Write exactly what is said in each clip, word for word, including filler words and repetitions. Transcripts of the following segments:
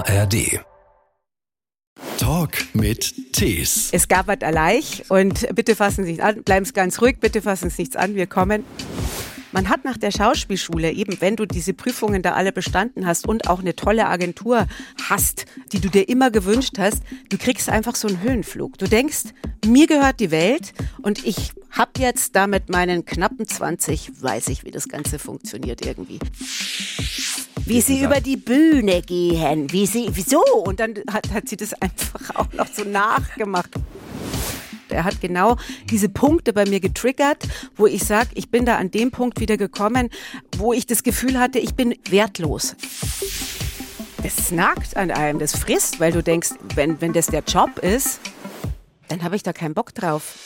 R D. Talk mit Tees. Es gab was alleich und bitte fassen Sie sich an, bleiben Sie ganz ruhig, bitte fassen Sie nichts an, wir kommen. Man hat nach der Schauspielschule, eben wenn du diese Prüfungen da alle bestanden hast und auch eine tolle Agentur hast, die du dir immer gewünscht hast, du kriegst einfach so einen Höhenflug. Du denkst, mir gehört die Welt und ich habe jetzt da mit meinen knappen zwanzig, weiß ich, wie das Ganze funktioniert irgendwie. Wie sie über die Bühne gehen, wie sie, wieso? Und dann hat, hat sie das einfach auch noch so nachgemacht. Er hat genau diese Punkte bei mir getriggert, wo ich sage, ich bin da an dem Punkt wieder gekommen, wo ich das Gefühl hatte, ich bin wertlos. Das nagt an einem, das frisst, weil du denkst, wenn, wenn das der Job ist, dann habe ich da keinen Bock drauf.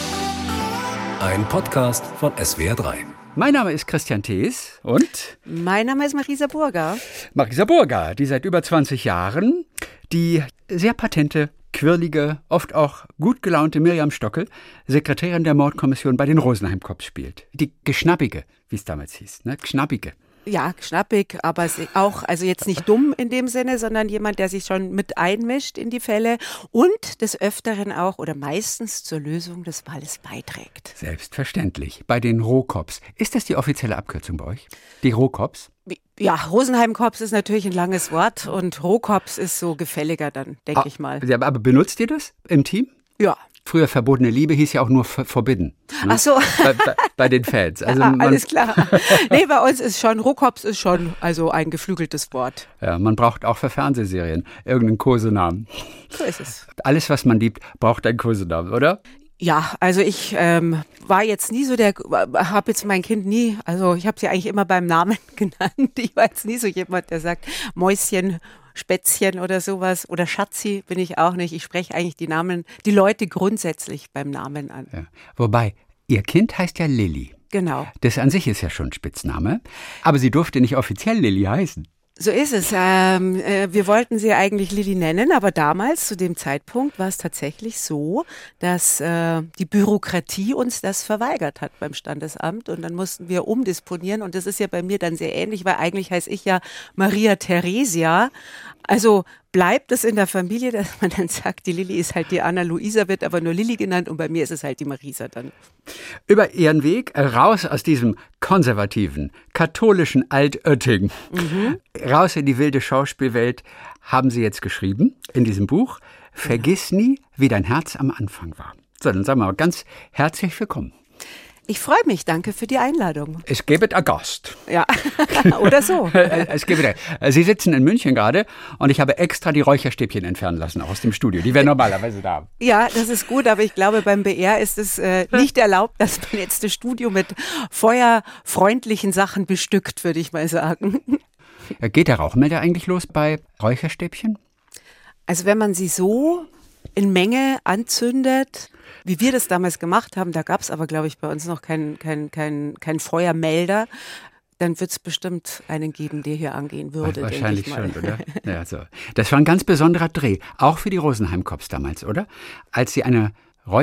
Ein Podcast von S W R drei. Mein Name ist Christian Thees und mein Name ist Marisa Burger. Marisa Burger, die seit über zwanzig Jahren die sehr patente, quirlige, oft auch gut gelaunte Miriam Stockel, Sekretärin der Mordkommission bei den Rosenheim-Cops spielt. Die Geschnappige, wie es damals hieß, ne? Geschnappige. Ja, schnappig, aber auch, also jetzt nicht dumm in dem Sinne, sondern jemand, der sich schon mit einmischt in die Fälle und des Öfteren auch oder meistens zur Lösung des Falles beiträgt. Selbstverständlich. Bei den Rohcops. Ist das die offizielle Abkürzung bei euch? Die Rohcops? Ja, Rosenheim-Cops ist natürlich ein langes Wort und Rohcops ist so gefälliger dann, denke ah, ich mal. Aber benutzt ihr das im Team? Ja. Früher verbotene Liebe hieß ja auch nur forbidden. Ne? Ach so. Bei, bei, bei den Fans. Also ja, man, alles klar. Nee, bei uns ist schon, Rohcops ist schon also ein geflügeltes Wort. Ja, man braucht auch für Fernsehserien irgendeinen Kosenamen. So ist es. Alles, was man liebt, braucht einen Kosenamen, oder? Ja, also ich ähm, war jetzt nie so der, habe jetzt mein Kind nie, also ich habe sie eigentlich immer beim Namen genannt. Ich war jetzt nie so jemand, der sagt Mäuschen, Spätzchen oder sowas oder Schatzi bin ich auch nicht. Ich spreche eigentlich die Namen, die Leute grundsätzlich beim Namen an. Ja. Wobei, ihr Kind heißt ja Lilly. Genau. Das an sich ist ja schon ein Spitzname, aber sie durfte nicht offiziell Lilly heißen. So ist es. Ähm, äh, wir wollten sie eigentlich Lilly nennen, aber damals, zu dem Zeitpunkt, war es tatsächlich so, dass äh, die Bürokratie uns das verweigert hat beim Standesamt und dann mussten wir umdisponieren und das ist ja bei mir dann sehr ähnlich, weil eigentlich heiße ich ja Maria Theresia. Also bleibt es in der Familie, dass man dann sagt, die Lilly ist halt die Anna Luisa, wird aber nur Lilly genannt und bei mir ist es halt die Marisa dann. Über ihren Weg raus aus diesem konservativen, katholischen Altötting, mhm. raus in die wilde Schauspielwelt, haben Sie jetzt geschrieben in diesem Buch, Vergiss ja. nie, wie dein Herz am Anfang war. So, dann sagen wir mal ganz herzlich willkommen. Ich freue mich, danke für die Einladung. Es gibt ein Gast. Ja, oder so. es gibt, Sie sitzen in München gerade und ich habe extra die Räucherstäbchen entfernen lassen, auch aus dem Studio. Die wären normalerweise da. Ja, das ist gut, aber ich glaube, beim B R ist es äh, nicht erlaubt, dass man jetzt das Studio mit feuerfreundlichen Sachen bestückt, würde ich mal sagen. Geht der Rauchmelder eigentlich los bei Räucherstäbchen? Also wenn man sie so in Menge anzündet, wie wir das damals gemacht haben, da gab es aber, glaube ich, bei uns noch keinen kein, kein, kein Feuermelder, dann wird es bestimmt einen geben, der hier angehen würde. Wahrscheinlich denke ich mal. schon, oder? Ja, so. Das war ein ganz besonderer Dreh, auch für die Rosenheim-Cops damals, oder? Als sie eine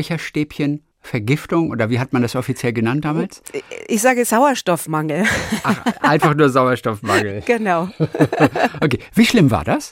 Räucherstäbchen-Vergiftung, oder wie hat man das offiziell genannt damals? Ich sage Sauerstoffmangel. Ach, einfach nur Sauerstoffmangel. Genau. Okay, wie schlimm war das?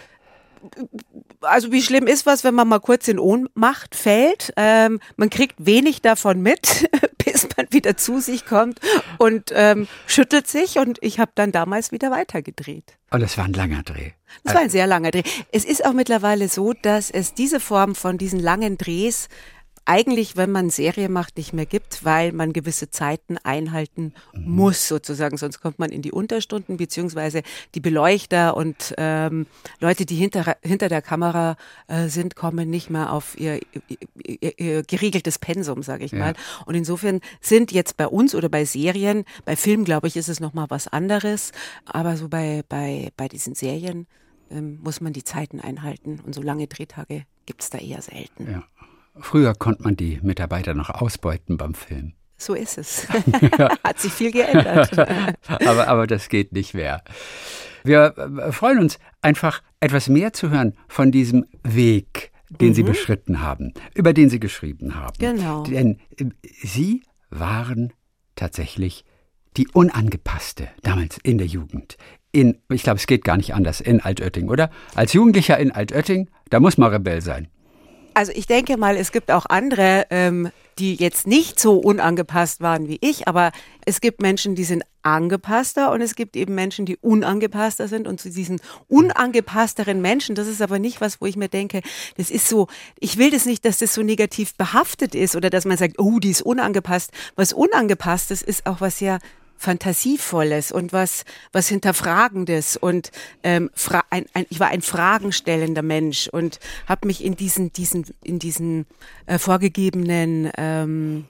Also wie schlimm ist was, wenn man mal kurz in Ohnmacht fällt? Ähm, man kriegt wenig davon mit, bis man wieder zu sich kommt und ähm, schüttelt sich. Und ich habe dann damals wieder weitergedreht. Oh, das war ein langer Dreh. Das war ein sehr langer Dreh. Es ist auch mittlerweile so, dass es diese Form von diesen langen Drehs eigentlich, wenn man Serie macht, nicht mehr gibt, weil man gewisse Zeiten einhalten mhm. muss sozusagen, sonst kommt man in die Unterstunden, beziehungsweise die Beleuchter und ähm, Leute, die hinter, hinter der Kamera äh, sind, kommen nicht mehr auf ihr, ihr, ihr, ihr geregeltes Pensum, sage ich ja. mal. Und insofern sind jetzt bei uns oder bei Serien, bei Filmen, glaube ich, ist es nochmal was anderes, aber so bei, bei, bei diesen Serien ähm, muss man die Zeiten einhalten und so lange Drehtage gibt es da eher selten. Ja. Früher konnte man die Mitarbeiter noch ausbeuten beim Film. So ist es. Hat sich viel geändert. aber, aber das geht nicht mehr. Wir freuen uns einfach, etwas mehr zu hören von diesem Weg, den mhm. Sie beschritten haben, über den Sie geschrieben haben. Genau. Denn Sie waren tatsächlich die Unangepasste damals in der Jugend. in, ich glaube, es geht gar nicht anders, in Altötting, oder? Als Jugendlicher in Altötting, da muss man Rebell sein. Also ich denke mal, es gibt auch andere, ähm, die jetzt nicht so unangepasst waren wie ich, aber es gibt Menschen, die sind angepasster und es gibt eben Menschen, die unangepasster sind und zu diesen unangepassteren Menschen, das ist aber nicht was, wo ich mir denke, das ist so, ich will das nicht, dass das so negativ behaftet ist oder dass man sagt, oh, die ist unangepasst. Was Unangepasstes ist auch was sehr Fantasievolles und was was Hinterfragendes und ähm, fra- ein, ein, ich war ein fragenstellender Mensch und habe mich in diesen diesen in diesen äh, vorgegebenen ähm,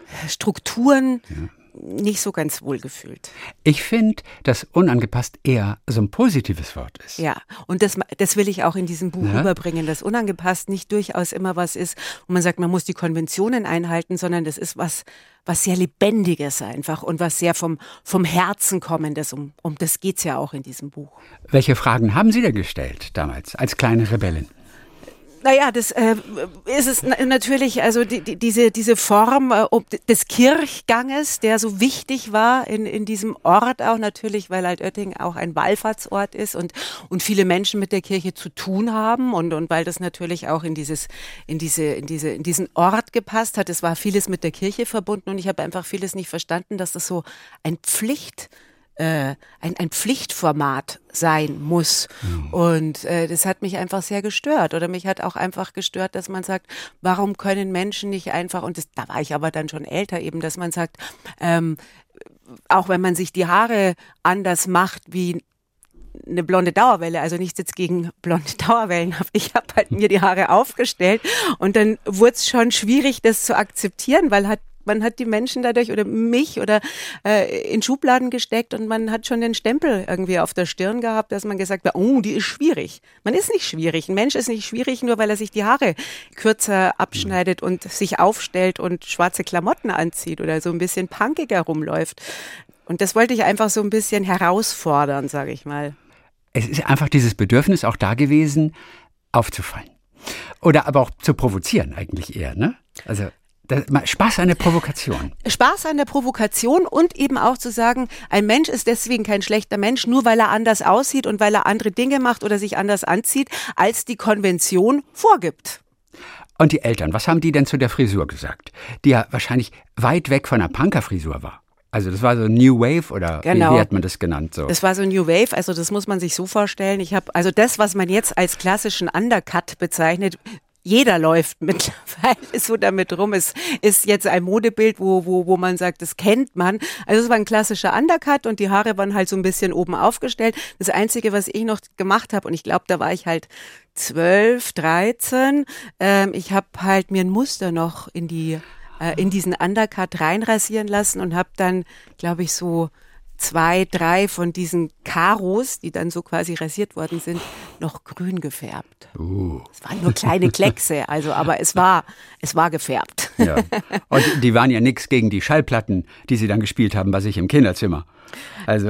Strukturen ja. nicht so ganz wohl gefühlt. Ich finde, dass unangepasst eher so ein positives Wort ist. Ja, und das, das will ich auch in diesem Buch ja. rüberbringen, dass unangepasst nicht durchaus immer was ist, wo man sagt, man muss die Konventionen einhalten, sondern das ist was, was sehr Lebendiges einfach und was sehr vom, vom Herzen kommendes. Um, um das geht's ja auch in diesem Buch. Welche Fragen haben Sie denn gestellt damals als kleine Rebellin? Naja, das äh, ist es na- natürlich, also die, die, diese, diese Form äh, des Kirchganges, der so wichtig war in, in diesem Ort auch natürlich, weil Altötting auch ein Wallfahrtsort ist und, und viele Menschen mit der Kirche zu tun haben und, und weil das natürlich auch in dieses, in diese, in diese, in diesen Ort gepasst hat. Es war vieles mit der Kirche verbunden und ich habe einfach vieles nicht verstanden, dass das so ein Pflicht Äh, ein, ein Pflichtformat sein muss. Mhm. Und äh, das hat mich einfach sehr gestört. Oder mich hat auch einfach gestört, dass man sagt, warum können Menschen nicht einfach, und das, da war ich aber dann schon älter eben, dass man sagt, ähm, auch wenn man sich die Haare anders macht wie eine blonde Dauerwelle, also nichts jetzt gegen blonde Dauerwellen, aber ich habe halt mir die Haare aufgestellt und dann wurde es schon schwierig, das zu akzeptieren, weil hat man hat die Menschen dadurch oder mich oder äh, in Schubladen gesteckt und man hat schon den Stempel irgendwie auf der Stirn gehabt, dass man gesagt hat, oh, die ist schwierig. Man ist nicht schwierig. Ein Mensch ist nicht schwierig, nur weil er sich die Haare kürzer abschneidet und sich aufstellt und schwarze Klamotten anzieht oder so ein bisschen punkiger rumläuft. Und das wollte ich einfach so ein bisschen herausfordern, sage ich mal. Es ist einfach dieses Bedürfnis auch da gewesen, aufzufallen. Oder aber auch zu provozieren eigentlich eher, ne? Also Das, Spaß an der Provokation. Spaß an der Provokation und eben auch zu sagen, ein Mensch ist deswegen kein schlechter Mensch, nur weil er anders aussieht und weil er andere Dinge macht oder sich anders anzieht, als die Konvention vorgibt. Und die Eltern, was haben die denn zu der Frisur gesagt? Die ja wahrscheinlich weit weg von einer Punkerfrisur war. Also das war so New Wave oder genau. wie, wie hat man das genannt? So? Das war so New Wave, also das muss man sich so vorstellen. Ich habe also das, was man jetzt als klassischen Undercut bezeichnet, jeder läuft mittlerweile so damit rum. Es ist jetzt ein Modebild, wo, wo, wo man sagt, das kennt man. Also es war ein klassischer Undercut und die Haare waren halt so ein bisschen oben aufgestellt. Das Einzige, was ich noch gemacht habe, und ich glaube, da war ich halt zwölf, dreizehn, ähm, ich habe halt mir ein Muster noch in die äh, in diesen Undercut reinrasieren lassen und habe dann, glaube ich, so zwei, drei von diesen Karos, die dann so quasi rasiert worden sind, noch grün gefärbt. Uh. Es waren nur kleine Kleckse, also, aber es war, es war gefärbt. Ja. Und die waren ja nichts gegen die Schallplatten, die sie dann gespielt haben bei sich im Kinderzimmer. Also.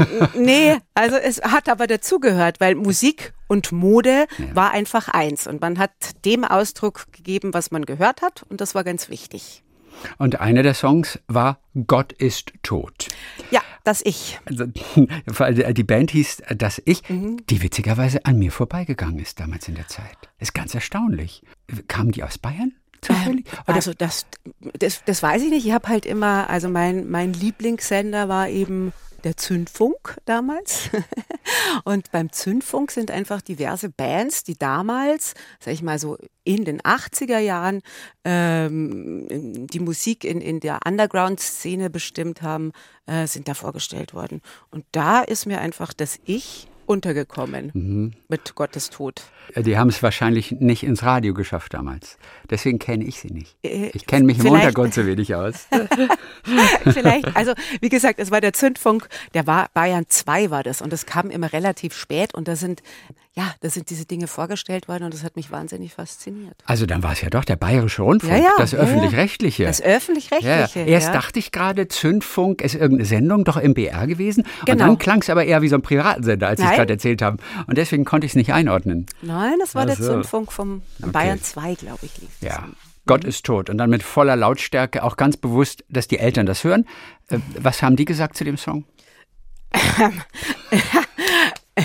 Nee, also es hat aber dazugehört, weil Musik und Mode ja. war einfach eins und man hat dem Ausdruck gegeben, was man gehört hat und das war ganz wichtig. Und einer der Songs war Gott ist tot. Ja, das Ich. Also, die Band hieß Das Ich, mhm. die witzigerweise an mir vorbeigegangen ist damals in der Zeit. Das ist ganz erstaunlich. Kamen die aus Bayern? Ähm, also das, das, das weiß ich nicht. Ich habe halt immer, also mein, mein Lieblingssender war eben der Zündfunk damals. Und beim Zündfunk sind einfach diverse Bands, die damals, sag ich mal so in den achtziger Jahren, ähm, die Musik in, in der Underground-Szene bestimmt haben, äh, sind da vorgestellt worden. Und da ist mir einfach das Ich untergekommen mhm. mit Gottes Tod. Die haben es wahrscheinlich nicht ins Radio geschafft damals. Deswegen kenne ich sie nicht. Ich kenne mich im Vielleicht. Untergrund so wenig aus. Vielleicht, also wie gesagt, es war der Zündfunk, der war Bayern zwei war das und das kam immer relativ spät und da sind, ja, da sind diese Dinge vorgestellt worden und das hat mich wahnsinnig fasziniert. Also dann war es ja doch der Bayerische Rundfunk, ja, ja, das ja, Öffentlich-Rechtliche. Das Öffentlich-Rechtliche, ja, Erst ja. dachte ich gerade, Zündfunk ist irgendeine Sendung, doch im B R gewesen. Genau. Und dann klang es aber eher wie so ein Piratensender, als Sie es gerade erzählt haben. Und deswegen konnte ich es nicht einordnen. Nein, das war Ach der so. Zündfunk vom okay. Bayern zwei, glaube ich, lief das. Ja. Gott ist tot. Und dann mit voller Lautstärke, auch ganz bewusst, dass die Eltern das hören. Was haben die gesagt zu dem Song?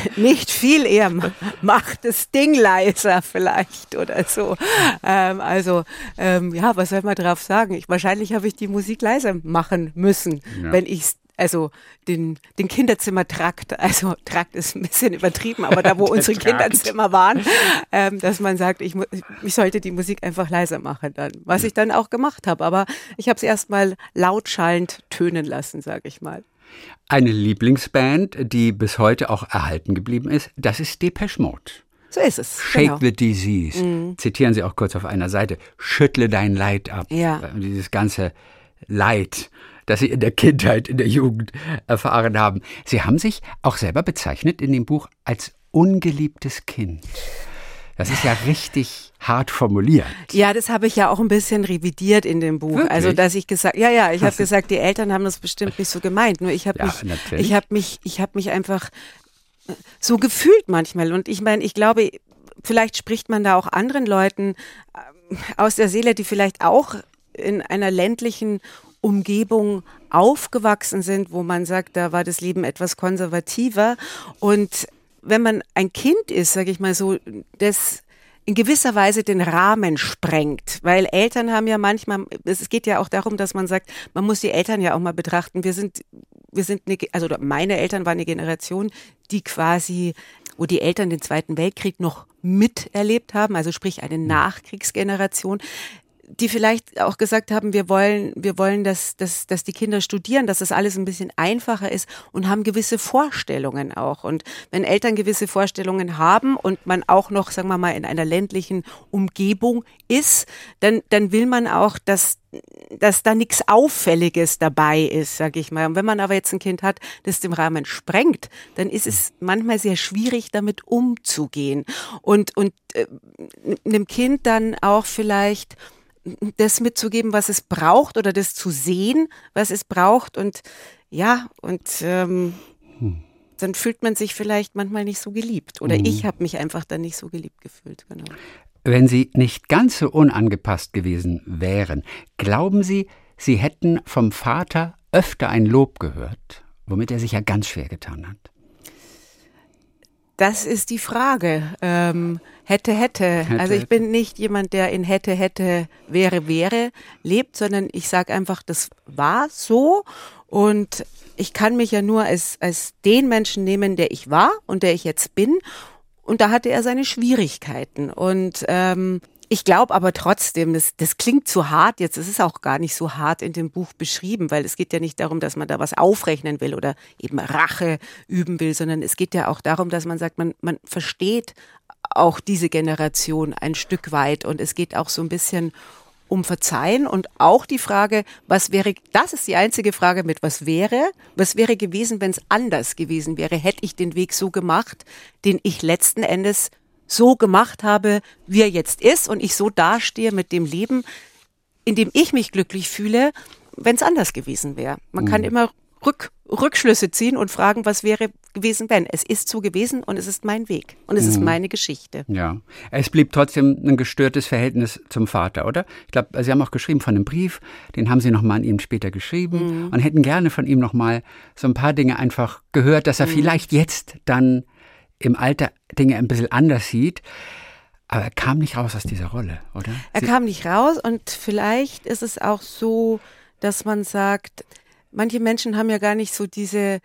nicht viel eher, mach das Ding leiser vielleicht oder so. Ähm, also, ähm, ja, was soll man drauf sagen? Ich, wahrscheinlich habe ich die Musik leiser machen müssen, ja. wenn ich also den, den Kinderzimmertrakt, also Trakt ist ein bisschen übertrieben, aber da, wo unsere Trakt. Kinderzimmer waren, ähm, dass man sagt, ich, ich sollte die Musik einfach leiser machen dann, was ich dann auch gemacht habe. Aber ich habe es erstmal lautschallend tönen lassen, sage ich mal. Eine Lieblingsband, die bis heute auch erhalten geblieben ist, das ist Depeche Mode. So ist es. Shake genau. the Disease. Mhm. Zitieren Sie auch kurz auf einer Seite. Schüttle dein Leid ab. Ja. Dieses ganze Leid, das Sie in der Kindheit, in der Jugend erfahren haben. Sie haben sich auch selber bezeichnet in dem Buch als ungeliebtes Kind. Das ist ja richtig hart formuliert. Ja, das habe ich ja auch ein bisschen revidiert in dem Buch. Wirklich? Also, dass ich gesagt, ja, ja, ich habe gesagt, die Eltern haben das bestimmt nicht so gemeint. Nur ich habe ja, mich, natürlich. ich habe mich, ich habe mich einfach so gefühlt manchmal. Und ich meine, ich glaube, vielleicht spricht man da auch anderen Leuten aus der Seele, die vielleicht auch in einer ländlichen Umgebung aufgewachsen sind, wo man sagt, da war das Leben etwas konservativer. Und wenn man ein Kind ist, sage ich mal so, das in gewisser Weise den Rahmen sprengt, weil Eltern haben ja manchmal, es geht ja auch darum, dass man sagt, man muss die Eltern ja auch mal betrachten. Wir sind, wir sind eine, also meine Eltern waren eine Generation, die quasi, wo die Eltern den Zweiten Weltkrieg noch miterlebt haben, also sprich eine Nachkriegsgeneration, die vielleicht auch gesagt haben, wir wollen, wir wollen, dass, dass, dass die Kinder studieren, dass das alles ein bisschen einfacher ist und haben gewisse Vorstellungen auch. Und wenn Eltern gewisse Vorstellungen haben und man auch noch, sagen wir mal, in einer ländlichen Umgebung ist, dann, dann will man auch, dass, dass da nichts Auffälliges dabei ist, sag ich mal. Und wenn man aber jetzt ein Kind hat, das dem Rahmen sprengt, dann ist es manchmal sehr schwierig, damit umzugehen. Und, und äh, einem Kind dann auch vielleicht das mitzugeben, was es braucht, oder das zu sehen, was es braucht. Und ja, und ähm, hm. dann fühlt man sich vielleicht manchmal nicht so geliebt. Oder hm. ich habe mich einfach dann nicht so geliebt gefühlt. Genau. Wenn Sie nicht ganz so unangepasst gewesen wären, glauben Sie, Sie hätten vom Vater öfter ein Lob gehört, womit er sich ja ganz schwer getan hat? Das ist die Frage. Ähm, hätte, hätte, hätte. Also ich bin nicht jemand, der in hätte, hätte, wäre, wäre lebt, sondern ich sage einfach, das war so. Und ich kann mich ja nur als, als den Menschen nehmen, der ich war und der ich jetzt bin. Und da hatte er seine Schwierigkeiten. Und ähm, ich glaube aber trotzdem, das, das klingt zu hart jetzt, es ist auch gar nicht so hart in dem Buch beschrieben, weil es geht ja nicht darum, dass man da was aufrechnen will oder eben Rache üben will, sondern es geht ja auch darum, dass man sagt, man, man versteht auch diese Generation ein Stück weit, und es geht auch so ein bisschen um Verzeihen und auch die Frage, was wäre, das ist die einzige Frage mit was wäre, was wäre gewesen, wenn es anders gewesen wäre, hätte ich den Weg so gemacht, den ich letzten Endes so gemacht habe, wie er jetzt ist, und ich so dastehe mit dem Leben, in dem ich mich glücklich fühle, wenn es anders gewesen wäre. Man mhm. kann immer Rück, Rückschlüsse ziehen und fragen, was wäre gewesen, wenn. Es ist so gewesen und es ist mein Weg und es mhm. ist meine Geschichte. Ja, es blieb trotzdem ein gestörtes Verhältnis zum Vater, oder? Ich glaube, Sie haben auch geschrieben von einem Brief, den haben Sie nochmal an ihn später geschrieben mhm. und hätten gerne von ihm nochmal so ein paar Dinge einfach gehört, dass er mhm. vielleicht jetzt dann im Alter Dinge ein bisschen anders sieht. Aber er kam nicht raus aus dieser Rolle, oder? Er Sie kam nicht raus, und vielleicht ist es auch so, dass man sagt, manche Menschen haben ja gar nicht so diese,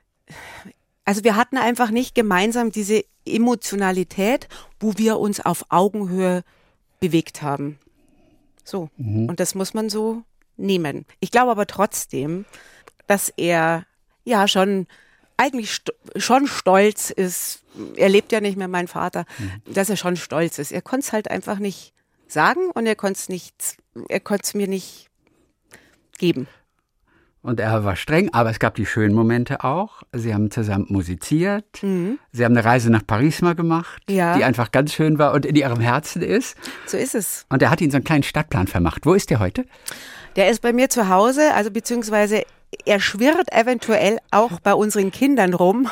also wir hatten einfach nicht gemeinsam diese Emotionalität, wo wir uns auf Augenhöhe bewegt haben. So, mhm. und das muss man so nehmen. Ich glaube aber trotzdem, dass er ja schon eigentlich st- schon stolz ist, er lebt ja nicht mehr, mein Vater, mhm. dass er schon stolz ist. Er konnte es halt einfach nicht sagen und er konnte es nicht, er konnte es mir nicht geben. Und er war streng, aber es gab die schönen Momente auch. Sie haben zusammen musiziert. Mhm. Sie haben eine Reise nach Paris mal gemacht, ja. die einfach ganz schön war und in ihrem Herzen ist. So ist es. Und er hat Ihnen so einen kleinen Stadtplan vermacht. Wo ist der heute? Der ist bei mir zu Hause, also beziehungsweise er schwirrt eventuell auch bei unseren Kindern rum,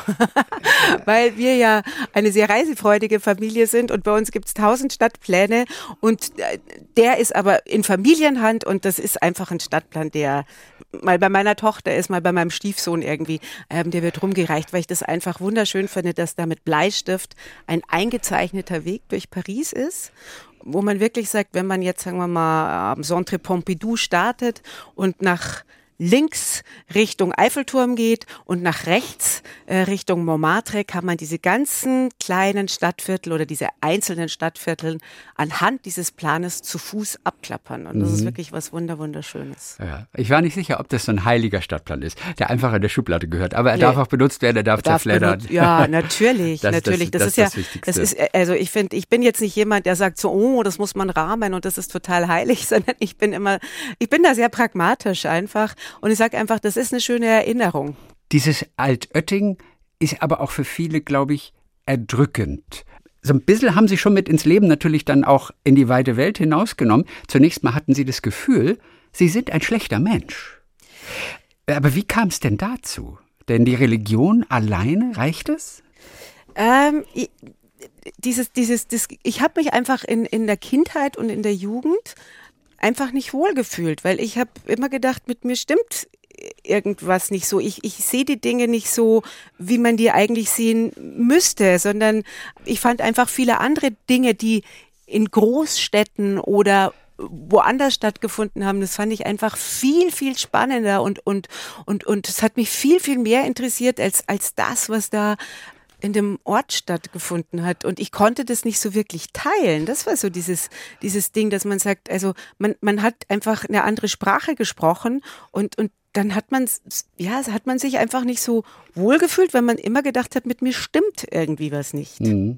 weil wir ja eine sehr reisefreudige Familie sind und bei uns gibt's tausend Stadtpläne und der ist aber in Familienhand und das ist einfach ein Stadtplan, der mal bei meiner Tochter ist, mal bei meinem Stiefsohn irgendwie, ähm, der wird rumgereicht, weil ich das einfach wunderschön finde, dass da mit Bleistift ein eingezeichneter Weg durch Paris ist, wo man wirklich sagt, wenn man jetzt, sagen wir mal, am Centre Pompidou startet und nach links Richtung Eiffelturm geht und nach rechts äh, Richtung Montmartre, kann man diese ganzen kleinen Stadtviertel oder diese einzelnen Stadtviertel anhand dieses Planes zu Fuß abklappern. Und das mhm. ist wirklich was wunder wunderschönes. Ja, ich war nicht sicher, ob das so ein heiliger Stadtplan ist, der einfach in der Schublade gehört. Aber er nee. darf auch benutzt werden, er darf, darf zerfleddern. Ja, natürlich, das, natürlich. Das, das, ist ja, das, das, das ist, also ich finde, ich bin jetzt nicht jemand, der sagt so, oh, das muss man rahmen und das ist total heilig, sondern ich bin immer, ich bin da sehr pragmatisch einfach. Und ich sage einfach, das ist eine schöne Erinnerung. Dieses Altötting ist aber auch für viele, glaube ich, erdrückend. So ein bisschen haben Sie schon mit ins Leben natürlich dann auch in die weite Welt hinausgenommen. Zunächst mal hatten Sie das Gefühl, Sie sind ein schlechter Mensch. Aber wie kam es denn dazu? Denn die Religion alleine, reicht es? Ähm, ich, dieses, dieses, das, ich habe mich einfach in, in der Kindheit und in der Jugend einfach nicht wohlgefühlt, weil ich habe immer gedacht, mit mir stimmt irgendwas nicht so. Ich, ich sehe die Dinge nicht so, wie man die eigentlich sehen müsste, sondern ich fand einfach viele andere Dinge, die in Großstädten oder woanders stattgefunden haben, das fand ich einfach viel, viel spannender und, und, und, und es hat mich viel, viel mehr interessiert als, als das, was da in dem Ort stattgefunden hat. Und ich konnte das nicht so wirklich teilen. Das war so dieses, dieses Ding, dass man sagt, also man, man hat einfach eine andere Sprache gesprochen und, und dann hat man, ja, hat man sich einfach nicht so wohlgefühlt, weil man immer gedacht hat, mit mir stimmt irgendwie was nicht. Mhm.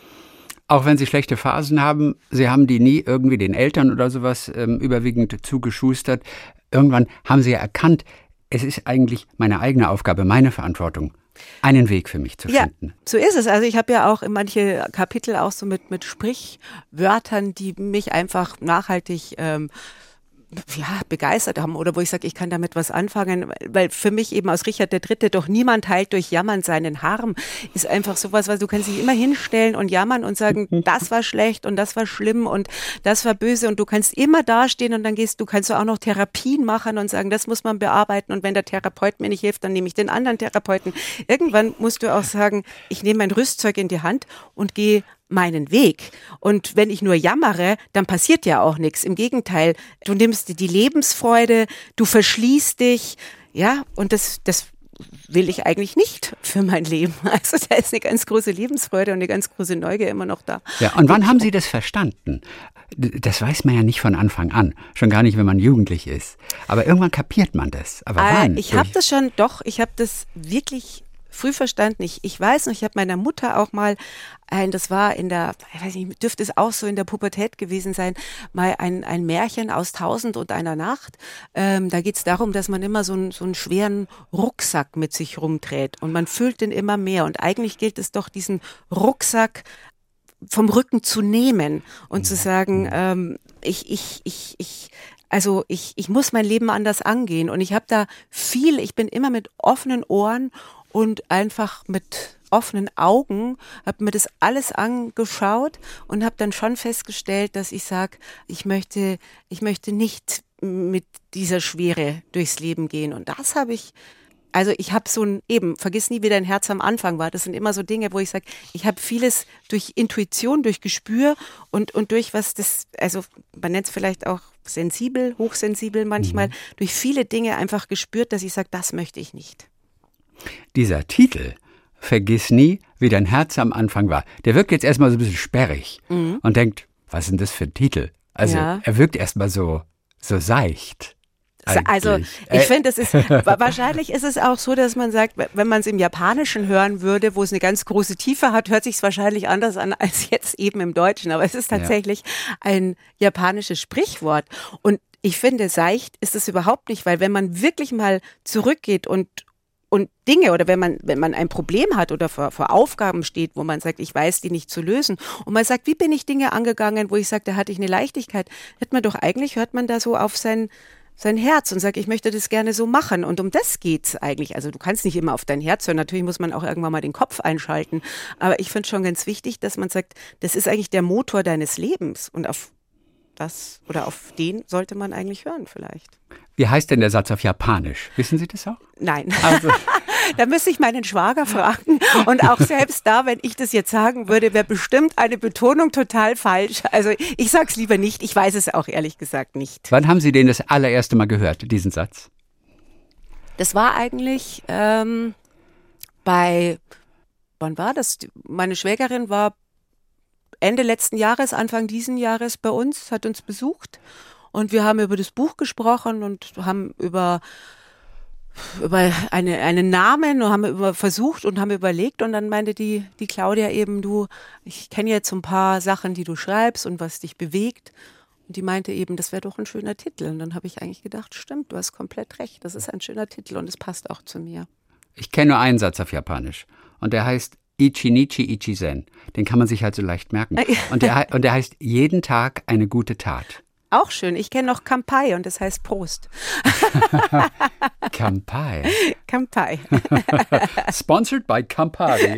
Auch wenn Sie schlechte Phasen haben, Sie haben die nie irgendwie den Eltern oder sowas ähm, überwiegend zugeschustert. Irgendwann haben Sie ja erkannt, es ist eigentlich meine eigene Aufgabe, meine Verantwortung, einen Weg für mich zu finden. Ja, so ist es. Also ich habe ja auch in manche Kapitel auch so mit, mit Sprichwörtern, die mich einfach nachhaltig ähm, ja, begeistert haben oder wo ich sage, ich kann damit was anfangen, weil für mich eben aus Richard der Dritte doch niemand heilt durch Jammern seinen Harm, ist einfach sowas, weil du kannst dich immer hinstellen und jammern und sagen, das war schlecht und das war schlimm und das war böse und du kannst immer dastehen und dann gehst du, kannst du auch noch Therapien machen und sagen, das muss man bearbeiten und wenn der Therapeut mir nicht hilft, dann nehme ich den anderen Therapeuten. Irgendwann musst du auch sagen, ich nehme mein Rüstzeug in die Hand und gehe meinen Weg. Und wenn ich nur jammere, dann passiert ja auch nichts. Im Gegenteil, du nimmst die Lebensfreude, du verschließt dich, ja, und das, das will ich eigentlich nicht für mein Leben. Also da ist eine ganz große Lebensfreude und eine ganz große Neugier immer noch da. Ja, und wann haben Sie das verstanden? Das weiß man ja nicht von Anfang an, schon gar nicht, wenn man jugendlich ist. Aber irgendwann kapiert man das. Aber äh, wann? Ich habe das schon, doch, ich habe das wirklich früh verstanden. Ich, ich weiß noch, ich habe meiner Mutter auch mal ein, das war in der, ich weiß nicht, dürfte es auch so in der Pubertät gewesen sein, mal ein, ein Märchen aus Tausend und einer Nacht. Ähm, da geht es darum, dass man immer so, ein, so einen schweren Rucksack mit sich rumträgt und man füllt den immer mehr. Und eigentlich gilt es doch, diesen Rucksack vom Rücken zu nehmen und zu sagen, ähm, ich, ich, ich, ich, also ich, ich muss mein Leben anders angehen. Und ich habe da viel, ich bin immer mit offenen Ohren und einfach mit offenen Augen, habe mir das alles angeschaut und habe dann schon festgestellt, dass ich sage, ich möchte, ich möchte nicht mit dieser Schwere durchs Leben gehen. Und das habe ich, also ich habe so ein, eben, vergiss nie, wie dein Herz am Anfang war. Das sind immer so Dinge, wo ich sage, ich habe vieles durch Intuition, durch Gespür und, und durch was das, also man nennt es vielleicht auch sensibel, hochsensibel manchmal, mhm. durch viele Dinge einfach gespürt, dass ich sage, das möchte ich nicht. Dieser Titel, Vergiss nie, wie dein Herz am Anfang war, der wirkt jetzt erstmal so ein bisschen sperrig mhm. und denkt, was ist denn das für ein Titel? Also ja. er wirkt erstmal so, so seicht. Eigentlich. Also ich finde, es ist wahrscheinlich ist es auch so, dass man sagt, wenn man es im Japanischen hören würde, wo es eine ganz große Tiefe hat, hört sich es wahrscheinlich anders an als jetzt eben im Deutschen. Aber es ist tatsächlich ja. ein japanisches Sprichwort. Und ich finde, seicht ist es überhaupt nicht, weil wenn man wirklich mal zurückgeht und Und Dinge oder wenn man wenn man ein Problem hat oder vor, vor Aufgaben steht, wo man sagt, ich weiß die nicht zu lösen und man sagt, wie bin ich Dinge angegangen, wo ich sage, da hatte ich eine Leichtigkeit, hört man doch eigentlich, hört man da so auf sein sein Herz und sagt, ich möchte das gerne so machen. Und um das geht's eigentlich. Also du kannst nicht immer auf dein Herz hören. Natürlich muss man auch irgendwann mal den Kopf einschalten. Aber ich finde schon ganz wichtig, dass man sagt, das ist eigentlich der Motor deines Lebens. Und auf das oder auf den sollte man eigentlich hören vielleicht. Wie heißt denn der Satz auf Japanisch? Wissen Sie das auch? Nein. Also. Da müsste ich meinen Schwager fragen. Und auch selbst da, wenn ich das jetzt sagen würde, wäre bestimmt eine Betonung total falsch. Also ich sage es lieber nicht. Ich weiß es auch ehrlich gesagt nicht. Wann haben Sie den das allererste Mal gehört, diesen Satz? Das war eigentlich ähm, bei, wann war das? Meine Schwägerin war Ende letzten Jahres, Anfang diesen Jahres bei uns, hat uns besucht. Und wir haben über das Buch gesprochen und haben über, über eine, einen Namen und haben über versucht und haben überlegt. Und dann meinte die, die Claudia eben, du, ich kenne jetzt so ein paar Sachen, die du schreibst und was dich bewegt. Und die meinte eben, das wäre doch ein schöner Titel. Und dann habe ich eigentlich gedacht, stimmt, du hast komplett recht. Das ist ein schöner Titel und es passt auch zu mir. Ich kenne nur einen Satz auf Japanisch. Und der heißt Ichi-Nichi Ichi-Zen. Den kann man sich halt so leicht merken. Und der, und der heißt jeden Tag eine gute Tat. Auch schön. Ich kenne noch Kampai und das heißt Prost. Kampai. Kampai. Sponsored by Campari.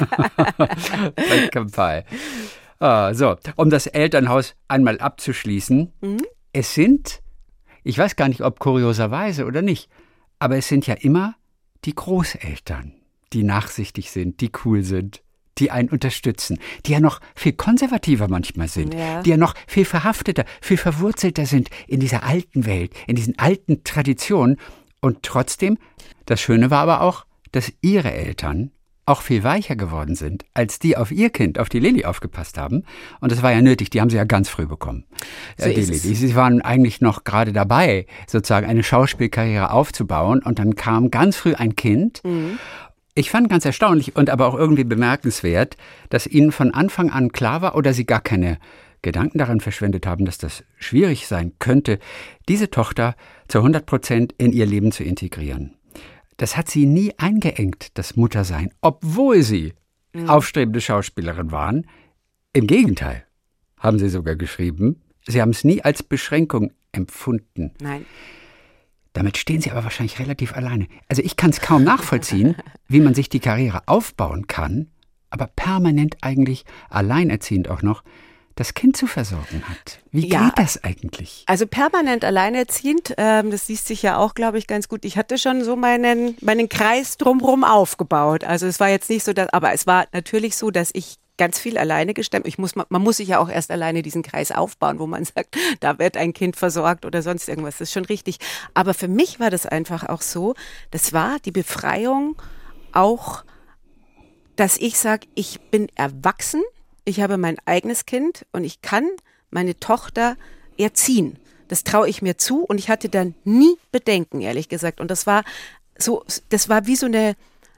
Bei Kampai. Ah, so, um das Elternhaus einmal abzuschließen. Mhm. Es sind, ich weiß gar nicht, ob kurioserweise oder nicht, aber es sind ja immer die Großeltern, die nachsichtig sind, die cool sind, die einen unterstützen, die ja noch viel konservativer manchmal sind, ja. die ja noch viel verhafteter, viel verwurzelter sind in dieser alten Welt, in diesen alten Traditionen. Und trotzdem, das Schöne war aber auch, dass ihre Eltern auch viel weicher geworden sind, als die auf ihr Kind, auf die Lilly aufgepasst haben. Und das war ja nötig, die haben sie ja ganz früh bekommen. So die Lilly. Sie waren eigentlich noch gerade dabei, sozusagen eine Schauspielkarriere aufzubauen. Und dann kam ganz früh ein Kind. Mhm. Ich fand ganz erstaunlich und aber auch irgendwie bemerkenswert, dass ihnen von Anfang an klar war oder sie gar keine Gedanken daran verschwendet haben, dass das schwierig sein könnte, diese Tochter zu hundert Prozent in ihr Leben zu integrieren. Das hat sie nie eingeengt, das Muttersein, obwohl sie mhm. aufstrebende Schauspielerin waren. Im Gegenteil, haben sie sogar geschrieben. Sie haben es nie als Beschränkung empfunden. Nein. Damit stehen sie aber wahrscheinlich relativ alleine. Also ich kann es kaum nachvollziehen, wie man sich die Karriere aufbauen kann, aber permanent eigentlich alleinerziehend auch noch das Kind zu versorgen hat. Wie ja, geht das eigentlich? Also permanent alleinerziehend, ähm, das liest sich ja auch, glaube ich, ganz gut. Ich hatte schon so meinen, meinen Kreis drumherum aufgebaut. Also es war jetzt nicht so, dass, aber es war natürlich so, dass ich ganz viel alleine gestemmt. Ich muss, man muss sich ja auch erst alleine diesen Kreis aufbauen, wo man sagt, da wird ein Kind versorgt oder sonst irgendwas. Das ist schon richtig. Aber für mich war das einfach auch so, das war die Befreiung auch, dass ich sage, ich bin erwachsen, ich habe mein eigenes Kind und ich kann meine Tochter erziehen. Das traue ich mir zu und ich hatte dann nie Bedenken, ehrlich gesagt. Und das war so, das war wie so eine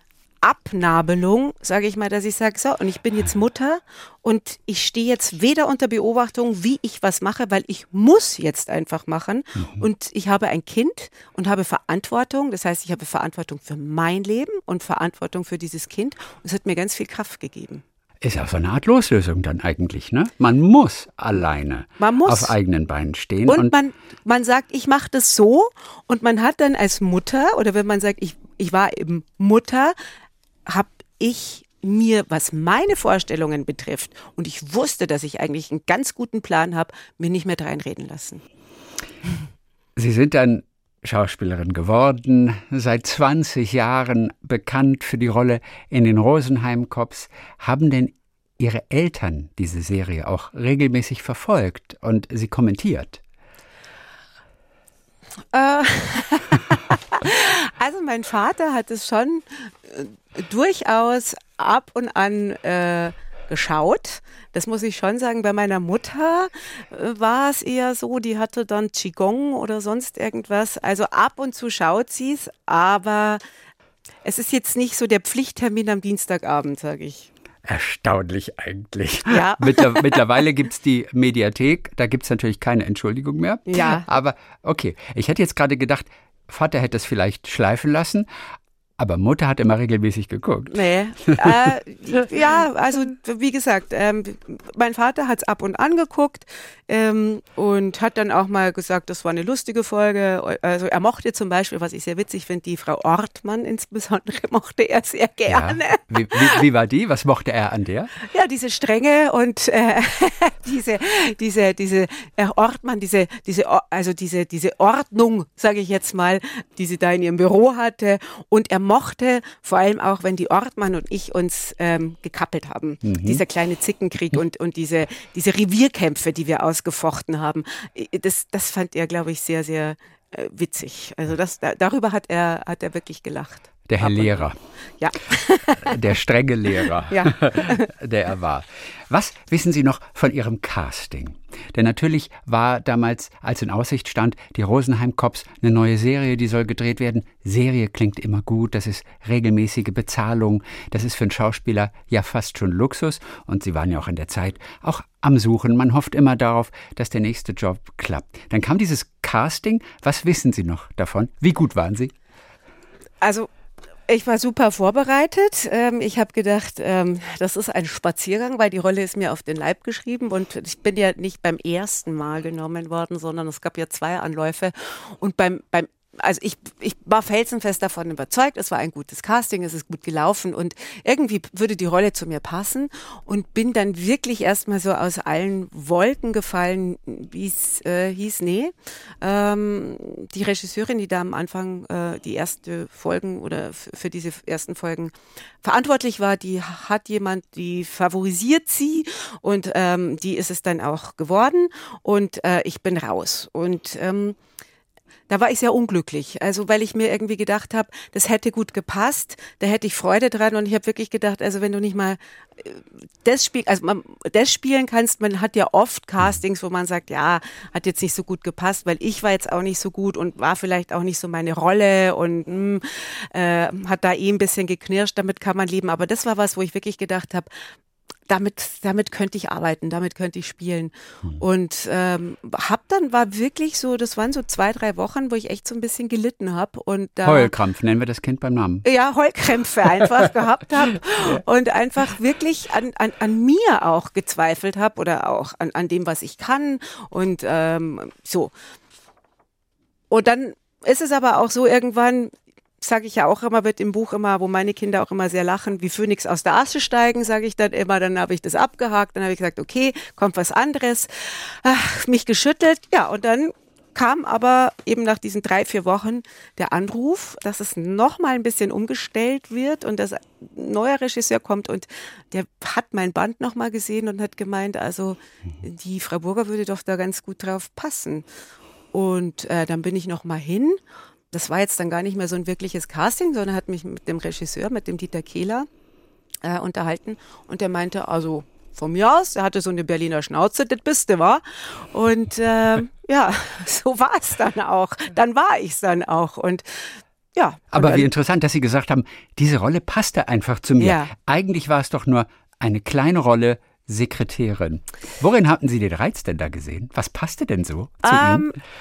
Abnabelung, sage ich mal, dass ich sage, so, und ich bin jetzt Mutter und ich stehe jetzt weder unter Beobachtung, wie ich was mache, weil ich muss jetzt einfach machen. Mhm. Und ich habe ein Kind und habe Verantwortung. Das heißt, ich habe Verantwortung für mein Leben und Verantwortung für dieses Kind. Und es hat mir ganz viel Kraft gegeben. Ist auch so eine Art Loslösung dann eigentlich, ne? Man muss alleine man muss. auf eigenen Beinen stehen. Und, und man, man sagt, ich mache das so und man hat dann als Mutter, oder wenn man sagt, ich, ich war eben Mutter, habe ich mir, was meine Vorstellungen betrifft, und ich wusste, dass ich eigentlich einen ganz guten Plan habe, mir nicht mehr dreinreden lassen. Sie sind dann Schauspielerin geworden, seit zwanzig Jahren bekannt für die Rolle in den Rosenheim-Cops. Haben denn Ihre Eltern diese Serie auch regelmäßig verfolgt und sie kommentiert? Äh, also mein Vater hat es schon äh, durchaus ab und an äh, geschaut. Das muss ich schon sagen. Bei meiner Mutter äh, war es eher so, die hatte dann Qigong oder sonst irgendwas. Also ab und zu schaut sie es, aber es ist jetzt nicht so der Pflichttermin am Dienstagabend, sage ich. Erstaunlich eigentlich. Ja. Mittler, mittlerweile gibt es die Mediathek, da gibt es natürlich keine Entschuldigung mehr. Ja. Aber okay, ich hätte jetzt gerade gedacht, Vater hätte es vielleicht schleifen lassen, Aber Mutter hat immer regelmäßig geguckt. Nee. äh, ja, also wie gesagt, ähm, mein Vater hat es ab und an geguckt ähm, und hat dann auch mal gesagt, das war eine lustige Folge. Also er mochte zum Beispiel, was ich sehr witzig finde, die Frau Ortmann insbesondere mochte er sehr gerne. Ja. Wie, wie, wie war die? Was mochte er an der? Ja, diese Strenge und äh, diese, diese, diese Herr Ortmann, diese, diese, also diese, diese Ordnung, sage ich jetzt mal, die sie da in ihrem Büro hatte. Und er mochte vor allem auch, wenn die Ortmann und ich uns ähm, gekappelt haben. Mhm. Dieser kleine Zickenkrieg und, und diese, diese Revierkämpfe, die wir ausgefochten haben. Das, das fand er, glaube ich, sehr, sehr äh, witzig. Also das, da, darüber hat er, hat er wirklich gelacht. Der Herr Lehrer. Ja. Der strenge Lehrer, ja. der er war. Was wissen Sie noch von Ihrem Casting? Denn natürlich war damals, als in Aussicht stand, die Rosenheim Cops, eine neue Serie, die soll gedreht werden. Serie klingt immer gut, das ist regelmäßige Bezahlung, das ist für einen Schauspieler ja fast schon Luxus. Und Sie waren ja auch in der Zeit auch am Suchen. Man hofft immer darauf, dass der nächste Job klappt. Dann kam dieses Casting. Was wissen Sie noch davon? Wie gut waren Sie? Also ich war super vorbereitet. Ich habe gedacht, das ist ein Spaziergang, weil die Rolle ist mir auf den Leib geschrieben und ich bin ja nicht beim ersten Mal genommen worden, sondern es gab ja zwei Anläufe und beim, beim Also ich, ich war felsenfest davon überzeugt, es war ein gutes Casting, es ist gut gelaufen und irgendwie würde die Rolle zu mir passen und bin dann wirklich erstmal so aus allen Wolken gefallen, wie es äh, hieß, nee. Ähm, die Regisseurin, die da am Anfang äh, die erste Folgen oder f- für diese ersten Folgen verantwortlich war, die hat jemand, die favorisiert sie und ähm, die ist es dann auch geworden und äh, ich bin raus und ähm, da war ich sehr unglücklich, also weil ich mir irgendwie gedacht habe, das hätte gut gepasst, da hätte ich Freude dran und ich habe wirklich gedacht, also wenn du nicht mal das Spiel, also man, das spielen kannst, man hat ja oft Castings, wo man sagt, ja, hat jetzt nicht so gut gepasst, weil ich war jetzt auch nicht so gut und war vielleicht auch nicht so meine Rolle und mh, äh, hat da eh ein bisschen geknirscht, damit kann man leben, aber das war was, wo ich wirklich gedacht habe, Damit, damit könnte ich arbeiten, damit könnte ich spielen. Hm. Und ähm, hab dann, war wirklich so, das waren so zwei, drei Wochen, wo ich echt so ein bisschen gelitten habe. Und da, Heulkrampf, nennen wir das Kind beim Namen. Ja, Heulkrämpfe einfach gehabt habe und einfach wirklich an, an, an mir auch gezweifelt habe oder auch an, an dem, was ich kann und ähm, so. Und dann ist es aber auch so irgendwann, sage ich ja auch immer, wird im Buch immer, wo meine Kinder auch immer sehr lachen, wie Phönix aus der Asche steigen, sage ich dann immer, dann habe ich das abgehakt, dann habe ich gesagt, okay, kommt was anderes, Ach, mich geschüttelt, ja, und dann kam aber eben nach diesen drei, vier Wochen der Anruf, dass es nochmal ein bisschen umgestellt wird und dass ein neuer Regisseur kommt und der hat mein Band nochmal gesehen und hat gemeint, also die Frau Burger würde doch da ganz gut drauf passen. Und äh, dann bin ich nochmal hin. Das war jetzt dann gar nicht mehr so ein wirkliches Casting, sondern hat mich mit dem Regisseur, mit dem Dieter Kehler, äh, unterhalten. Und der meinte, also von mir aus, der hatte so eine Berliner Schnauze, das bist du, wa? Und äh, ja, so war es dann auch. Dann war ich es dann auch. Und ja. Aber und dann, wie interessant, dass Sie gesagt haben, diese Rolle passte einfach zu mir. Ja. Eigentlich war es doch nur eine kleine Rolle, Sekretärin. Worin hatten Sie den Reiz denn da gesehen? Was passte denn so zu ähm, Ihnen?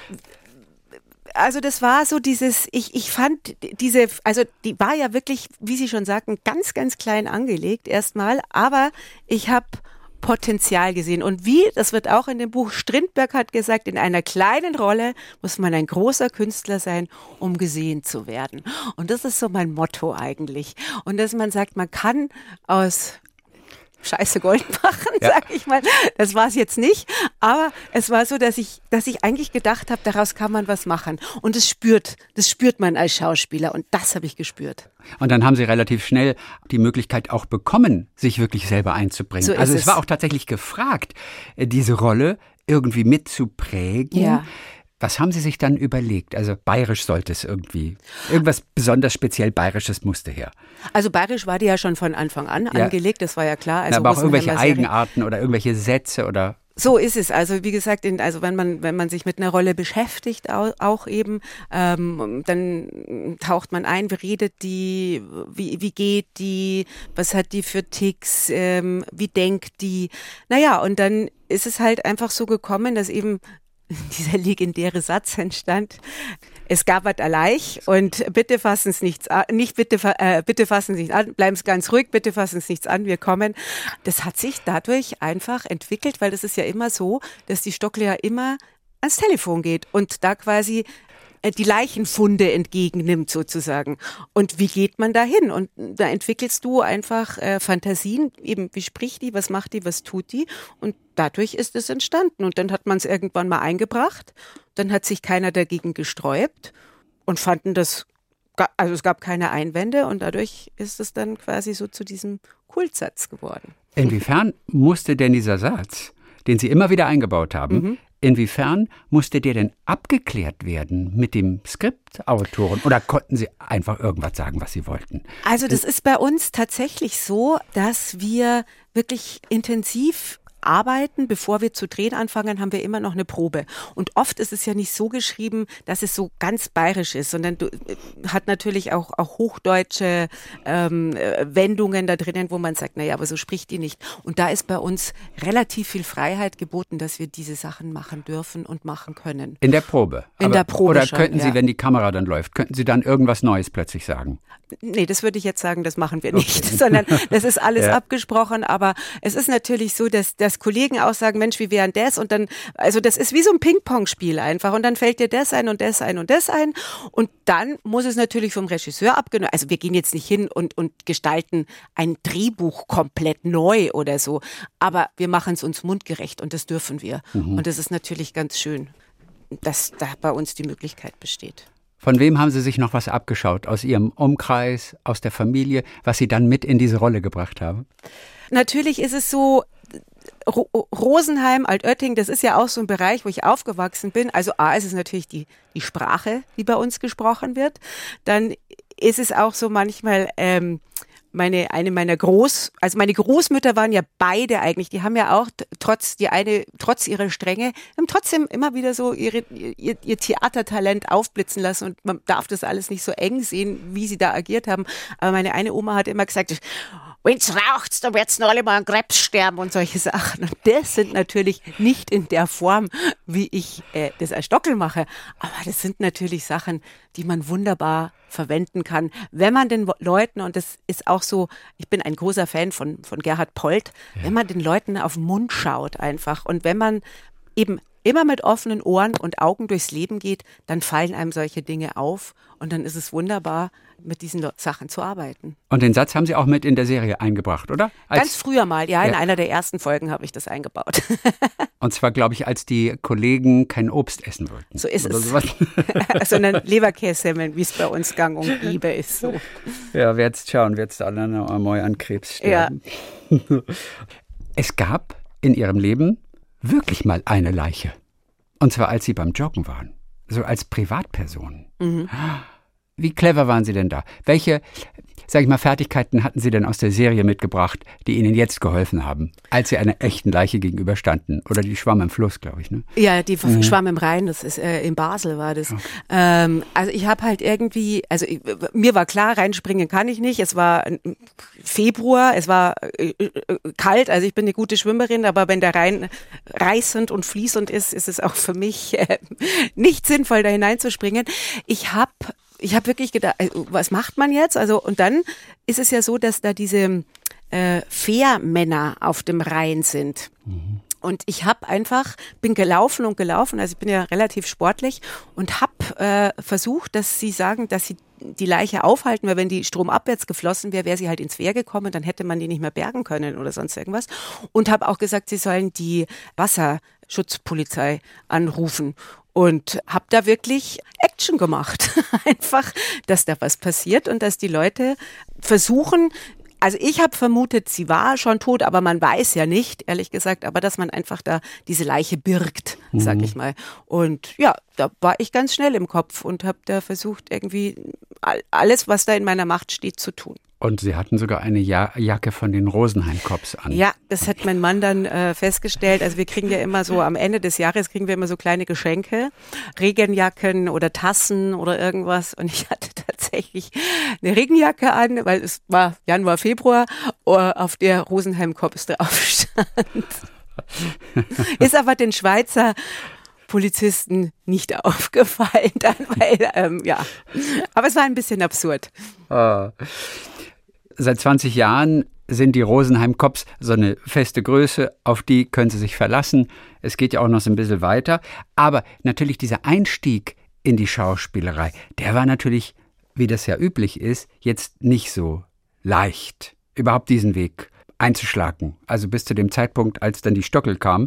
Also das war so dieses, ich, ich fand diese, also die war ja wirklich, wie Sie schon sagten, ganz, ganz klein angelegt erstmal, aber ich habe Potenzial gesehen. Und wie, das wird auch in dem Buch, Strindberg hat gesagt, in einer kleinen Rolle muss man ein großer Künstler sein, um gesehen zu werden. Und das ist so mein Motto eigentlich. Und dass man sagt, man kann aus Scheiße Gold machen, ja. Sag ich mal. Das war es jetzt nicht, aber es war so, dass ich, dass ich eigentlich gedacht habe, daraus kann man was machen. Und das spürt, das spürt man als Schauspieler und das habe ich gespürt. Und dann haben Sie relativ schnell die Möglichkeit auch bekommen, sich wirklich selber einzubringen. So also es es war auch tatsächlich gefragt, diese Rolle irgendwie mitzuprägen. Ja. Was haben Sie sich dann überlegt? Also bayerisch sollte es irgendwie, irgendwas besonders speziell Bayerisches musste her. Also bayerisch war die ja schon von Anfang an ja. angelegt, das war ja klar. Also Na, aber auch irgendwelche Serie. Eigenarten oder irgendwelche Sätze oder... So ist es. Also wie gesagt, in, also wenn man wenn man sich mit einer Rolle beschäftigt, auch, auch eben, ähm, dann taucht man ein, wie redet die, wie wie geht die, was hat die für Ticks, ähm, wie denkt die. Naja, und dann ist es halt einfach so gekommen, dass eben dieser legendäre Satz entstand, es gab was alleich und bitte fassen Sie nichts an, nicht bitte, äh, bitte fassen Sie nichts an, bleiben Sie ganz ruhig, bitte fassen Sie nichts an, wir kommen. Das hat sich dadurch einfach entwickelt, weil das ist ja immer so, dass die Stockle ja immer ans Telefon geht und da quasi die Leichenfunde entgegennimmt sozusagen. Und wie geht man da hin? Und da entwickelst du einfach äh, Fantasien, eben wie spricht die, was macht die, was tut die? Und dadurch ist es entstanden. Und dann hat man es irgendwann mal eingebracht. Dann hat sich keiner dagegen gesträubt und fanden das, also es gab keine Einwände und dadurch ist es dann quasi so zu diesem Kultsatz geworden. Inwiefern musste denn dieser Satz, den Sie immer wieder eingebaut haben, mhm. inwiefern musste der denn abgeklärt werden mit dem Skriptautoren? Oder konnten Sie einfach irgendwas sagen, was Sie wollten? Also das ist bei uns tatsächlich so, dass wir wirklich intensiv arbeiten, bevor wir zu drehen anfangen, haben wir immer noch eine Probe. Und oft ist es ja nicht so geschrieben, dass es so ganz bayerisch ist, sondern du, hat natürlich auch, auch hochdeutsche ähm, Wendungen da drinnen, wo man sagt, naja, aber so spricht die nicht. Und da ist bei uns relativ viel Freiheit geboten, dass wir diese Sachen machen dürfen und machen können. In der Probe? In aber, der Probe Oder schon, könnten Sie, ja. wenn die Kamera dann läuft, könnten Sie dann irgendwas Neues plötzlich sagen? Nee, das würde ich jetzt sagen, das machen wir nicht, okay. sondern das ist alles ja. abgesprochen, aber es ist natürlich so, dass, dass Kollegen auch sagen, Mensch, wie wären das? Und dann, also das ist wie so ein Ping-Pong-Spiel einfach und dann fällt dir das ein und das ein und das ein und dann muss es natürlich vom Regisseur abgenommen, also wir gehen jetzt nicht hin und, und gestalten ein Drehbuch komplett neu oder so, aber wir machen es uns mundgerecht und das dürfen wir mhm. und das ist natürlich ganz schön, dass da bei uns die Möglichkeit besteht. Von wem haben Sie sich noch was abgeschaut? Aus Ihrem Umkreis, aus der Familie, was Sie dann mit in diese Rolle gebracht haben? Natürlich ist es so, Ro- Rosenheim, Altötting, das ist ja auch so ein Bereich, wo ich aufgewachsen bin. Also A, ist es natürlich die, die Sprache, die bei uns gesprochen wird. Dann ist es auch so manchmal... Ähm, Meine, eine meiner Groß, also meine Großmütter waren ja beide eigentlich, die haben ja auch trotz, die eine, trotz ihrer Strenge, haben trotzdem immer wieder so ihre, ihr, ihr Theatertalent aufblitzen lassen und man darf das alles nicht so eng sehen, wie sie da agiert haben. Aber meine eine Oma hat immer gesagt, wenn's raucht, dann wird's noch alle mal an Krebs sterben und solche Sachen. Und das sind natürlich nicht in der Form, wie ich äh, das als Stockel mache. Aber das sind natürlich Sachen, die man wunderbar verwenden kann, wenn man den Leuten, und das ist auch so, ich bin ein großer Fan von, von Gerhard Polt, ja. wenn man den Leuten auf den Mund schaut einfach und wenn man eben immer mit offenen Ohren und Augen durchs Leben geht, dann fallen einem solche Dinge auf und dann ist es wunderbar, mit diesen Sachen zu arbeiten. Und den Satz haben Sie auch mit in der Serie eingebracht, oder? Als, Ganz früher mal, ja, in ja. einer der ersten Folgen habe ich das eingebaut. Und zwar, glaube ich, als die Kollegen kein Obst essen wollten. So ist oder es. Sowas. Sondern Leberkässemmeln, wie es bei uns gang und gäbe ist. So. Ja, wer jetzt schauen, wer jetzt alle noch einmal an Krebs sterben. Ja. Es gab in Ihrem Leben wirklich mal eine Leiche. Und zwar, als Sie beim Joggen waren. So als Privatperson. Mhm. Wie clever waren Sie denn da? Welche, sag ich mal, Fertigkeiten hatten Sie denn aus der Serie mitgebracht, die Ihnen jetzt geholfen haben, als Sie einer echten Leiche gegenüberstanden? Oder die schwamm im Fluss, glaube ich, ne? Ja, die mhm. schwamm im Rhein, das ist äh, in Basel war das. Okay. Ähm, also ich habe halt irgendwie, also ich, mir war klar, reinspringen kann ich nicht. Es war Februar, es war äh, kalt, also ich bin eine gute Schwimmerin, aber wenn der Rhein reißend und fließend ist, ist es auch für mich äh, nicht sinnvoll, da hineinzuspringen. Ich habe Ich habe wirklich gedacht, was macht man jetzt? Also und dann ist es ja so, dass da diese äh, Fährmänner auf dem Rhein sind. Mhm. Und ich habe einfach, bin gelaufen und gelaufen, also ich bin ja relativ sportlich und habe äh, versucht, dass sie sagen, dass sie die Leiche aufhalten, weil wenn die stromabwärts geflossen wäre, wäre sie halt ins Wehr gekommen, dann hätte man die nicht mehr bergen können oder sonst irgendwas. Und habe auch gesagt, sie sollen die Wasserschutzpolizei anrufen. Und habe da wirklich Action gemacht. Einfach, dass da was passiert und dass die Leute versuchen, also ich habe vermutet, sie war schon tot, aber man weiß ja nicht, ehrlich gesagt, aber dass man einfach da diese Leiche birgt, mhm. sag ich mal. Und ja, da war ich ganz schnell im Kopf und habe da versucht, irgendwie alles, was da in meiner Macht steht, zu tun. Und Sie hatten sogar eine ja- Jacke von den Rosenheim-Cops an. Ja, das hat mein Mann dann äh, festgestellt. Also wir kriegen ja immer so, am Ende des Jahres kriegen wir immer so kleine Geschenke, Regenjacken oder Tassen oder irgendwas. Und ich hatte tatsächlich eine Regenjacke an, weil es war Januar, Februar, auf der Rosenheim-Cops drauf stand. Ist aber den Schweizer Polizisten nicht aufgefallen dann, weil, ähm, ja, aber es war ein bisschen absurd. Oh. Seit zwanzig Jahren sind die Rosenheim Cops so eine feste Größe, auf die können Sie sich verlassen. Es geht ja auch noch so ein bisschen weiter. Aber natürlich dieser Einstieg in die Schauspielerei, der war natürlich, wie das ja üblich ist, jetzt nicht so leicht, überhaupt diesen Weg einzuschlagen. Also bis zu dem Zeitpunkt, als dann die Stockel kam,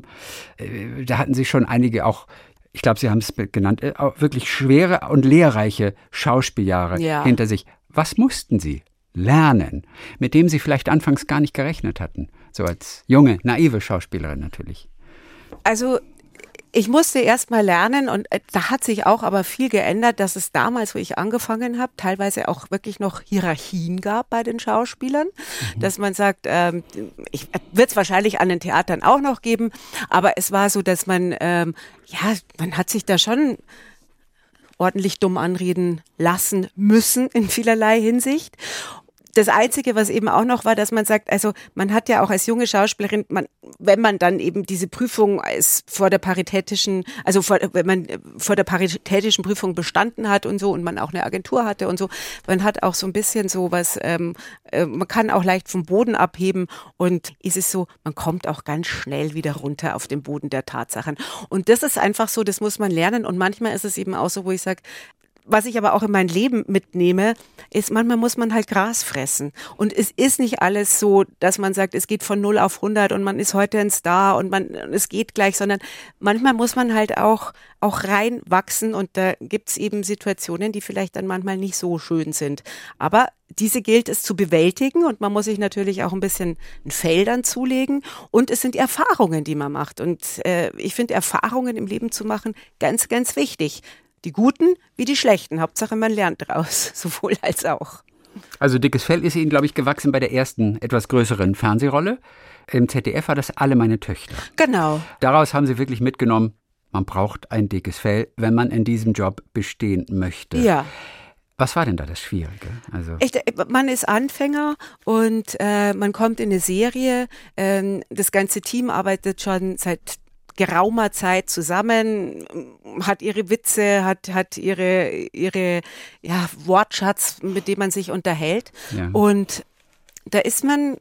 äh, da hatten Sie schon einige auch, ich glaube, Sie haben es genannt, äh, wirklich schwere und lehrreiche Schauspieljahre ja. hinter sich. Was mussten Sie lernen, mit dem Sie vielleicht anfangs gar nicht gerechnet hatten? So als junge, naive Schauspielerin natürlich. Also ich musste erst mal lernen und da hat sich auch aber viel geändert, dass es damals, wo ich angefangen habe, teilweise auch wirklich noch Hierarchien gab bei den Schauspielern, mhm. dass man sagt, ähm, ich wird es wahrscheinlich an den Theatern auch noch geben, aber es war so, dass man, ähm, ja, man hat sich da schon ordentlich dumm anreden lassen müssen in vielerlei Hinsicht. Das Einzige, was eben auch noch war, dass man sagt, also man hat ja auch als junge Schauspielerin, man, wenn man dann eben diese Prüfung als vor der paritätischen, also vor, wenn man vor der paritätischen Prüfung bestanden hat und so und man auch eine Agentur hatte und so, man hat auch so ein bisschen so was, ähm, äh, man kann auch leicht vom Boden abheben und ist es so, man kommt auch ganz schnell wieder runter auf den Boden der Tatsachen. Und das ist einfach so, das muss man lernen und manchmal ist es eben auch so, wo ich sage, was ich aber auch in mein Leben mitnehme, ist, manchmal muss man halt Gras fressen. Und es ist nicht alles so, dass man sagt, es geht von null auf hundert und man ist heute ein Star und man, es geht gleich, sondern manchmal muss man halt auch, auch reinwachsen und da gibt's eben Situationen, die vielleicht dann manchmal nicht so schön sind. Aber diese gilt es zu bewältigen und man muss sich natürlich auch ein bisschen ein Fell dann zulegen und es sind Erfahrungen, die man macht. Und äh, ich finde Erfahrungen im Leben zu machen ganz, ganz wichtig. Die guten wie die schlechten. Hauptsache, man lernt draus, sowohl als auch. Also dickes Fell ist Ihnen, glaube ich, gewachsen bei der ersten, etwas größeren Fernsehrolle. Im Z D F war das Alle meine Töchter. Genau. Daraus haben Sie wirklich mitgenommen, man braucht ein dickes Fell, wenn man in diesem Job bestehen möchte. Ja. Was war denn da das Schwierige? Also Echt, man ist Anfänger und äh, man kommt in eine Serie. Ähm, das ganze Team arbeitet schon seit geraumer Zeit zusammen, hat ihre Witze, hat hat ihre ihre ja Wortschatz, mit dem man sich unterhält. Ja. Und da ist man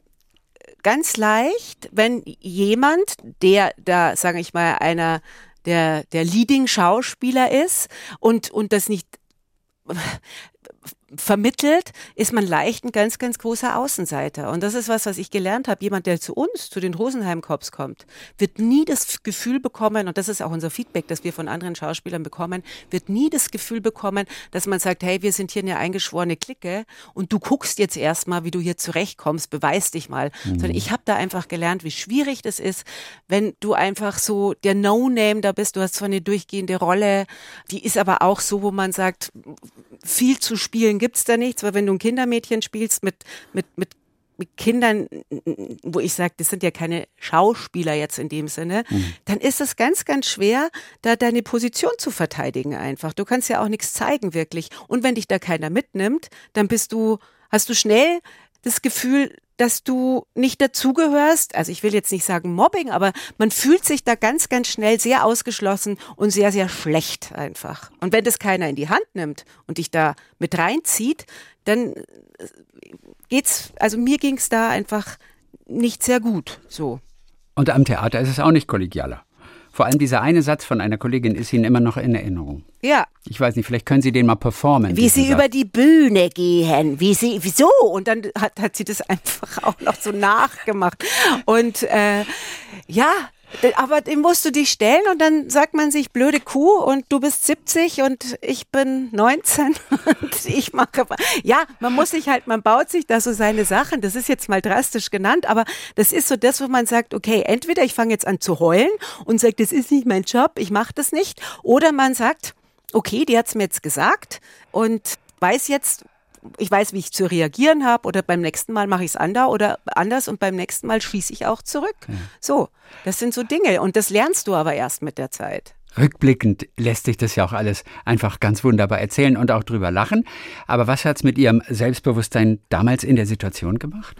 ganz leicht, wenn jemand, der da, sage ich mal, einer der der Leading-Schauspieler ist und und das nicht vermittelt, ist man leicht ein ganz, ganz großer Außenseiter. Und das ist was, was ich gelernt habe. Jemand, der zu uns, zu den Rosenheim Cops kommt, wird nie das Gefühl bekommen, und das ist auch unser Feedback, das wir von anderen Schauspielern bekommen, wird nie das Gefühl bekommen, dass man sagt, hey, wir sind hier eine eingeschworene Clique und du guckst jetzt erstmal, wie du hier zurechtkommst, beweis dich mal. Mhm. Sondern ich habe da einfach gelernt, wie schwierig das ist, wenn du einfach so der No-Name da bist. Du hast zwar eine durchgehende Rolle, die ist aber auch so, wo man sagt, viel zu spielen gibt's da nichts, weil wenn du ein Kindermädchen spielst mit, mit, mit, mit Kindern, wo ich sage, das sind ja keine Schauspieler jetzt in dem Sinne, mhm. dann ist es ganz, ganz schwer, da deine Position zu verteidigen einfach. Du kannst ja auch nichts zeigen wirklich. Und wenn dich da keiner mitnimmt, dann bist du, hast du schnell das Gefühl, dass du nicht dazugehörst. Also ich will jetzt nicht sagen Mobbing, aber man fühlt sich da ganz, ganz schnell sehr ausgeschlossen und sehr, sehr schlecht einfach. Und wenn das keiner in die Hand nimmt und dich da mit reinzieht, dann geht's, also mir ging's da einfach nicht sehr gut, so. Und am Theater ist es auch nicht kollegialer. Vor allem dieser eine Satz von einer Kollegin ist Ihnen immer noch in Erinnerung. Ja. Ich weiß nicht, vielleicht können Sie den mal performen. Wie Sie Satz. über die Bühne gehen, wie Sie, wieso? Und dann hat, hat sie das einfach auch noch so nachgemacht. Und äh, ja, aber dem musst du dich stellen und dann sagt man sich, blöde Kuh und du bist siebzig und ich bin neunzehn und ich mache, ja, man muss sich halt, man baut sich da so seine Sachen, das ist jetzt mal drastisch genannt, aber das ist so das, wo man sagt, okay, entweder ich fange jetzt an zu heulen und sage, das ist nicht mein Job, ich mache das nicht, oder man sagt, okay, die hat's mir jetzt gesagt und weiß jetzt, ich weiß, wie ich zu reagieren habe oder beim nächsten Mal mache ich es anders oder anders und beim nächsten Mal schieße ich auch zurück. Ja. So, das sind so Dinge und das lernst du aber erst mit der Zeit. Rückblickend lässt sich das ja auch alles einfach ganz wunderbar erzählen und auch drüber lachen. Aber was hat's mit Ihrem Selbstbewusstsein damals in der Situation gemacht?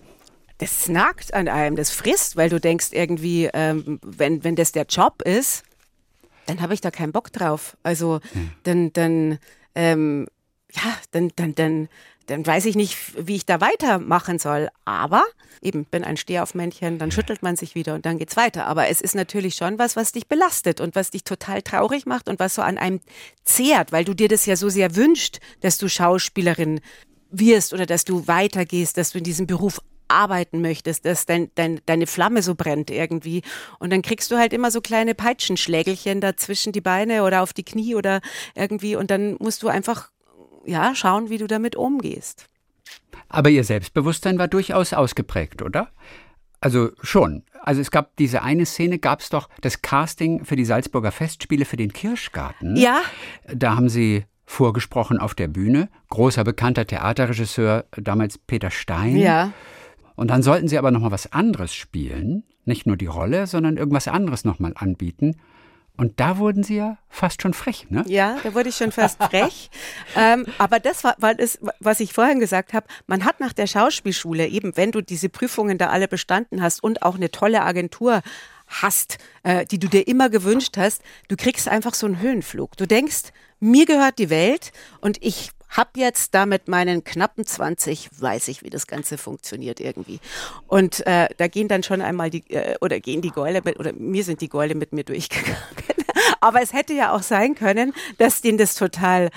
Das nagt an einem, das frisst, weil du denkst irgendwie, ähm, wenn, wenn das der Job ist, dann habe ich da keinen Bock drauf. Also hm. dann, dann, ähm, ja, dann, dann, dann, dann weiß ich nicht, wie ich da weitermachen soll. Aber eben, bin ein Stehaufmännchen, dann schüttelt man sich wieder und dann geht's weiter. Aber es ist natürlich schon was, was dich belastet und was dich total traurig macht und was so an einem zehrt, weil du dir das ja so sehr wünschst, dass du Schauspielerin wirst oder dass du weitergehst, dass du in diesem Beruf arbeiten möchtest, dass dein, dein, deine Flamme so brennt irgendwie. Und dann kriegst du halt immer so kleine Peitschenschlägelchen da zwischen die Beine oder auf die Knie oder irgendwie und dann musst du einfach ja, schauen, wie du damit umgehst. Aber Ihr Selbstbewusstsein war durchaus ausgeprägt, oder? Also schon. Also es gab diese eine Szene, gab es doch das Casting für die Salzburger Festspiele für den Kirschgarten. Ja. Da haben Sie vorgesprochen auf der Bühne. Großer, bekannter Theaterregisseur, damals Peter Stein. Ja. Und dann sollten Sie aber noch mal was anderes spielen. Nicht nur die Rolle, sondern irgendwas anderes noch mal anbieten. Und da wurden Sie ja fast schon frech, ne? Ja, da wurde ich schon fast frech. ähm, aber das war, war das, was ich vorhin gesagt habe. Man hat nach der Schauspielschule, eben wenn du diese Prüfungen da alle bestanden hast und auch eine tolle Agentur hast, äh, die du dir immer gewünscht hast, du kriegst einfach so einen Höhenflug. Du denkst, mir gehört die Welt und ich hab jetzt da mit meinen knappen zwanzig, weiß ich, wie das Ganze funktioniert irgendwie. Und äh, da gehen dann schon einmal die, äh, oder gehen die Gäule, mit, oder mir sind die Gäule mit mir durchgegangen. Aber es hätte ja auch sein können, dass denen das total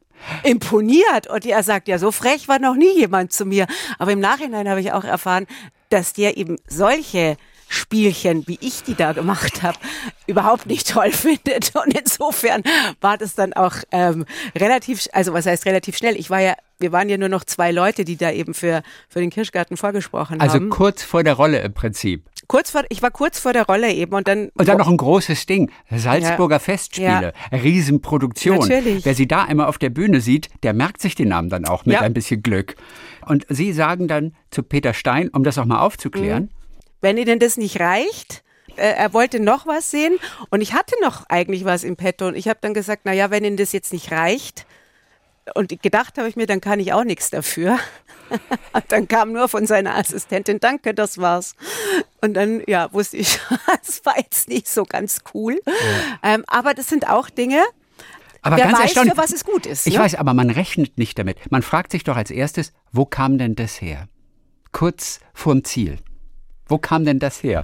imponiert und er sagt, ja, so frech war noch nie jemand zu mir. Aber im Nachhinein habe ich auch erfahren, dass der eben solche Spielchen, wie ich die da gemacht habe, überhaupt nicht toll findet. Und insofern war das dann auch ähm, relativ, also was heißt relativ schnell? Ich war ja, wir waren ja nur noch zwei Leute, die da eben für, für den Kirschgarten vorgesprochen also haben. Also kurz vor der Rolle im Prinzip. Kurz vor, ich war kurz vor der Rolle eben und dann... Und dann noch ein großes Ding, Salzburger ja. Festspiele, ja. Riesenproduktion. Natürlich. Wer Sie da einmal auf der Bühne sieht, der merkt sich den Namen dann auch mit ja. ein bisschen Glück. Und Sie sagen dann zu Peter Stein, um das auch mal aufzuklären, mhm. wenn Ihnen das nicht reicht, äh, er wollte noch was sehen und ich hatte noch eigentlich was im Petto und ich habe dann gesagt, na ja, wenn Ihnen das jetzt nicht reicht und gedacht habe ich mir, dann kann ich auch nichts dafür. Und dann kam nur von seiner Assistentin, danke, das war's. Und dann, ja, wusste ich, das war jetzt nicht so ganz cool. Ja. Ähm, aber das sind auch Dinge, aber wer ganz weiß, für was es gut ist. Ich ne? weiß, aber man rechnet nicht damit. Man fragt sich doch als erstes, wo kam denn das her? Kurz vorm Ziel. Wo kam denn das her?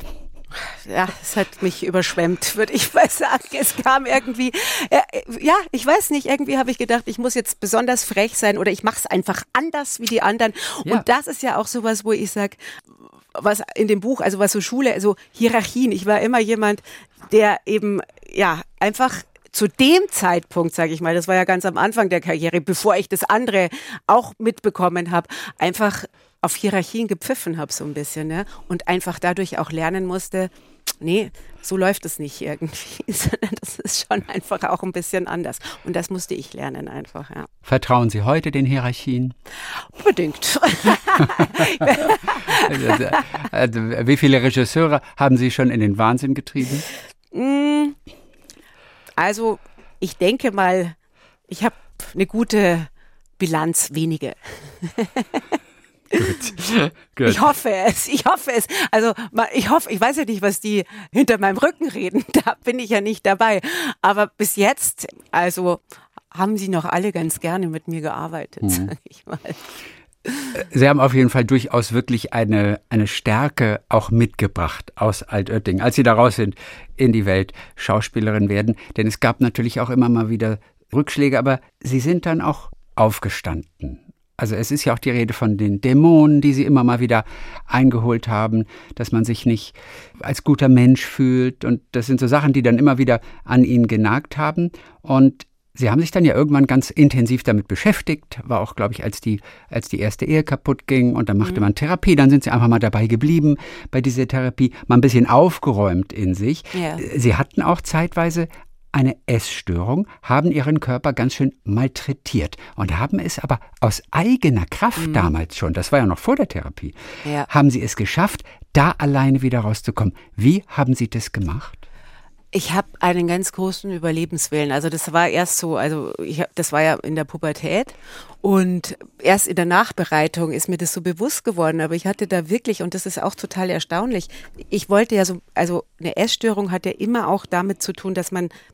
Ja, es hat mich überschwemmt, würde ich mal sagen. Es kam irgendwie, äh, ja, ich weiß nicht, irgendwie habe ich gedacht, ich muss jetzt besonders frech sein oder ich mache es einfach anders wie die anderen. Ja. Und das ist ja auch sowas, wo ich sage, was in dem Buch, also was so Schule, also Hierarchien. Ich war immer jemand, der eben, ja, einfach zu dem Zeitpunkt, sage ich mal, das war ja ganz am Anfang der Karriere, bevor ich das andere auch mitbekommen habe, einfach auf Hierarchien gepfiffen habe so ein bisschen, ne? Und einfach dadurch auch lernen musste, nee, so läuft es nicht irgendwie, sondern das ist schon einfach auch ein bisschen anders. Und das musste ich lernen einfach, ja. Vertrauen Sie heute den Hierarchien? Unbedingt. also, also, wie viele Regisseure haben Sie schon in den Wahnsinn getrieben? Also, ich denke mal, ich habe eine gute Bilanz, wenige. Gut. Gut. Ich hoffe es, ich hoffe es. Also ich hoffe, ich weiß ja nicht, was die hinter meinem Rücken reden, da bin ich ja nicht dabei. Aber bis jetzt, also haben sie noch alle ganz gerne mit mir gearbeitet, mhm. sage ich mal. Sie haben auf jeden Fall durchaus wirklich eine, eine Stärke auch mitgebracht aus Altötting, als Sie da raus sind in die Welt, Schauspielerin werden. Denn es gab natürlich auch immer mal wieder Rückschläge, aber Sie sind dann auch aufgestanden. Also es ist ja auch die Rede von den Dämonen, die Sie immer mal wieder eingeholt haben, dass man sich nicht als guter Mensch fühlt. Und das sind so Sachen, die dann immer wieder an Ihnen genagt haben. Und Sie haben sich dann ja irgendwann ganz intensiv damit beschäftigt, war auch, glaube ich, als die, als die erste Ehe kaputt ging und dann machte mhm. man Therapie, dann sind Sie einfach mal dabei geblieben bei dieser Therapie, mal ein bisschen aufgeräumt in sich. Ja. Sie hatten auch zeitweise eine Essstörung, haben ihren Körper ganz schön malträtiert und haben es aber aus eigener Kraft mhm. damals schon, das war ja noch vor der Therapie, ja. haben Sie es geschafft, da alleine wieder rauszukommen. Wie haben Sie das gemacht? Ich habe einen ganz großen Überlebenswillen. Also das war erst so, also ich hab, das war ja in der Pubertät und erst in der Nachbereitung ist mir das so bewusst geworden. Aber ich hatte da wirklich, und das ist auch total erstaunlich, ich wollte ja so, also eine Essstörung hat ja immer auch damit zu tun, dass man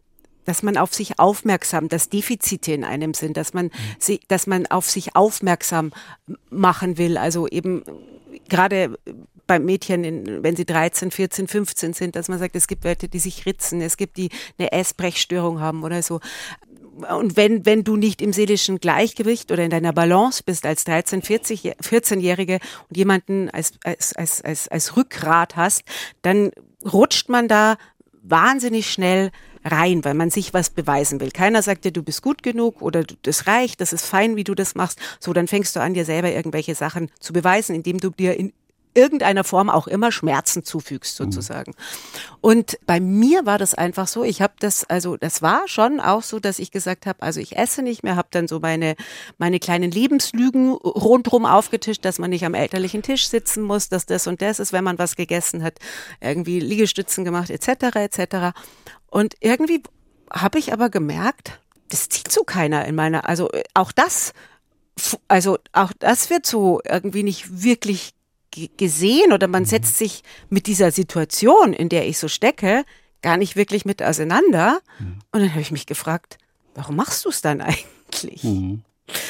dass man auf sich aufmerksam, dass Defizite in einem sind, dass man, mhm. dass man auf sich aufmerksam machen will. Also eben gerade bei Mädchen, in, wenn sie dreizehn, vierzehn, fünfzehn sind, dass man sagt, es gibt Leute, die sich ritzen, es gibt die eine Essbrechstörung haben oder so. Und wenn, wenn du nicht im seelischen Gleichgewicht oder in deiner Balance bist als dreizehn-, vierzehnjährige und jemanden als, als, als, als, als Rückgrat hast, dann rutscht man da wahnsinnig schnell rein, weil man sich was beweisen will. Keiner sagt dir, du bist gut genug oder das reicht, das ist fein, wie du das machst. So, dann fängst du an, dir selber irgendwelche Sachen zu beweisen, indem du dir in irgendeiner Form auch immer Schmerzen zufügst, sozusagen. Mhm. Und bei mir war das einfach so, ich habe das, also das war schon auch so, dass ich gesagt habe, also ich esse nicht mehr, habe dann so meine meine kleinen Lebenslügen rundherum aufgetischt, dass man nicht am elterlichen Tisch sitzen muss, dass das und das ist, wenn man was gegessen hat, irgendwie Liegestützen gemacht, et cetera et cetera. Und irgendwie habe ich aber gemerkt, das zieht so keiner in meiner, also auch das, also auch das wird so irgendwie nicht wirklich gesehen oder man setzt sich mit dieser Situation, in der ich so stecke, gar nicht wirklich mit auseinander. Mhm. Und dann habe ich mich gefragt, warum machst du es dann eigentlich? Mhm.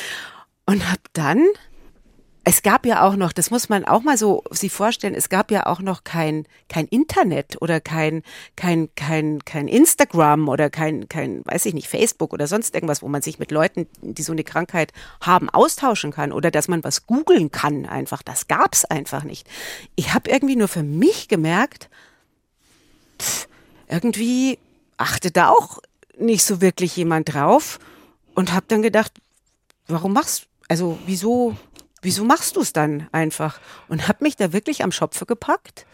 Und habe dann, es gab ja auch noch, das muss man auch mal so sich vorstellen, es gab ja auch noch kein kein Internet oder kein kein kein kein Instagram oder kein kein weiß ich nicht Facebook oder sonst irgendwas, wo man sich mit Leuten, die so eine Krankheit haben, austauschen kann oder dass man was googeln kann einfach. Das gab's einfach nicht. Ich habe irgendwie nur für mich gemerkt, pff, irgendwie achtet da auch nicht so wirklich jemand drauf und habe dann gedacht, warum machst, also wieso Wieso machst du es dann einfach? Und habe mich da wirklich am Schopfe gepackt.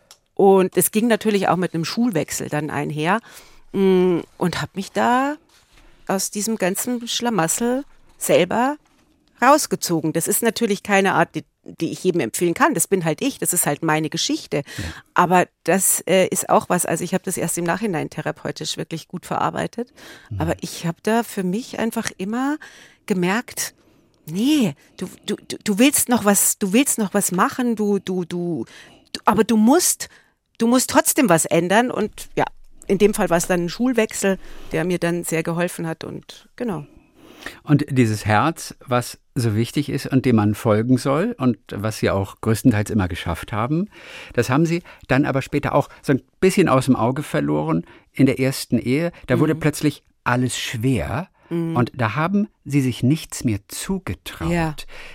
Und es ging natürlich auch mit einem Schulwechsel dann einher. Und habe mich da aus diesem ganzen Schlamassel selber rausgezogen. Das ist natürlich keine Art, die, die ich jedem empfehlen kann. Das bin halt ich, das ist halt meine Geschichte. Ja. Aber das äh, ist auch was, also ich habe das erst im Nachhinein therapeutisch wirklich gut verarbeitet. Mhm. Aber ich habe da für mich einfach immer gemerkt, nee, du, du, du willst noch was, du willst noch was machen, du, du, du, du, aber du musst, du musst trotzdem was ändern und ja, in dem Fall war es dann ein Schulwechsel, der mir dann sehr geholfen hat und genau. Und dieses Herz, was so wichtig ist und dem man folgen soll und was Sie auch größtenteils immer geschafft haben, das haben Sie dann aber später auch so ein bisschen aus dem Auge verloren in der ersten Ehe. Da wurde mhm. plötzlich alles schwer. Und da haben Sie sich nichts mehr zugetraut. Ja.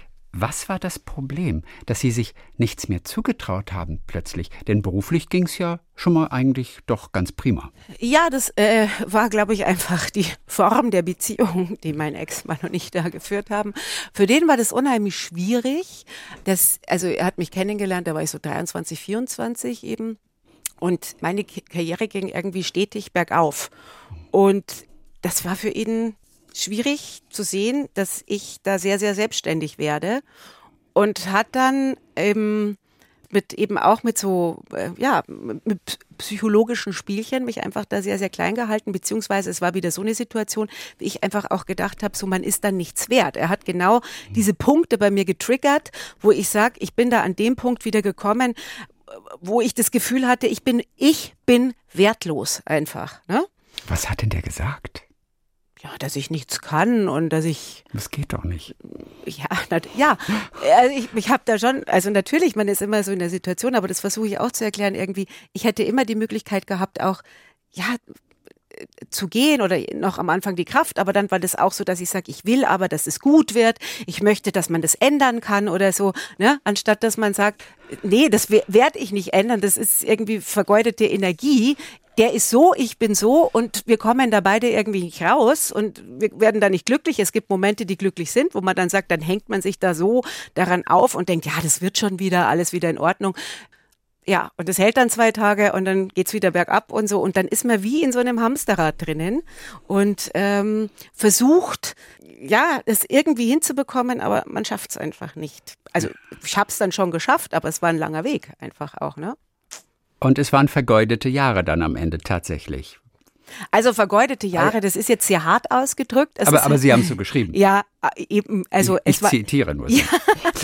Was war das Problem, dass Sie sich nichts mehr zugetraut haben plötzlich? Denn beruflich ging es ja schon mal eigentlich doch ganz prima. Ja, das äh, war, glaube ich, einfach die Form der Beziehung, die mein Ex-Mann und ich da geführt haben. Für den war das unheimlich schwierig. Das, also er hat mich kennengelernt, da war ich so dreiundzwanzig, vierundzwanzig eben. Und meine Karriere ging irgendwie stetig bergauf. Und das war für ihn schwierig zu sehen, dass ich da sehr, sehr selbstständig werde und hat dann ähm, mit eben auch mit so, äh, ja, mit psychologischen Spielchen mich einfach da sehr, sehr klein gehalten, beziehungsweise es war wieder so eine Situation, wie ich einfach auch gedacht habe, so man ist dann nichts wert. Er hat genau diese Punkte bei mir getriggert, wo ich sage, ich bin da an dem Punkt wieder gekommen, wo ich das Gefühl hatte, ich bin, ich bin wertlos einfach. Ne? Was hat denn der gesagt? Ja, dass ich nichts kann und dass ich... Das geht doch nicht. Ja, na, ja. Also ich, ich habe da schon, also natürlich, man ist immer so in der Situation, aber das versuche ich auch zu erklären irgendwie. Ich hätte immer die Möglichkeit gehabt, auch, ja, zu gehen oder noch am Anfang die Kraft, aber dann war das auch so, dass ich sage, ich will aber, dass es gut wird, ich möchte, dass man das ändern kann oder so, ne? Anstatt dass man sagt, nee, das werde ich nicht ändern, das ist irgendwie vergeudete Energie, der ist so, ich bin so und wir kommen da beide irgendwie nicht raus und wir werden da nicht glücklich. Es gibt Momente, die glücklich sind, wo man dann sagt, dann hängt man sich da so daran auf und denkt, ja, das wird schon wieder, alles wieder in Ordnung. Ja, und das hält dann zwei Tage und dann geht's wieder bergab und so und dann ist man wie in so einem Hamsterrad drinnen und ähm, versucht, ja, es irgendwie hinzubekommen, aber man schafft's einfach nicht. Also ich hab's dann schon geschafft, aber es war ein langer Weg einfach auch, ne? Und es waren vergeudete Jahre dann am Ende tatsächlich. Also vergeudete Jahre, das ist jetzt sehr hart ausgedrückt. Es aber aber halt, Sie haben es so geschrieben. Ja, eben. Also ich es war, zitiere nur. Ja,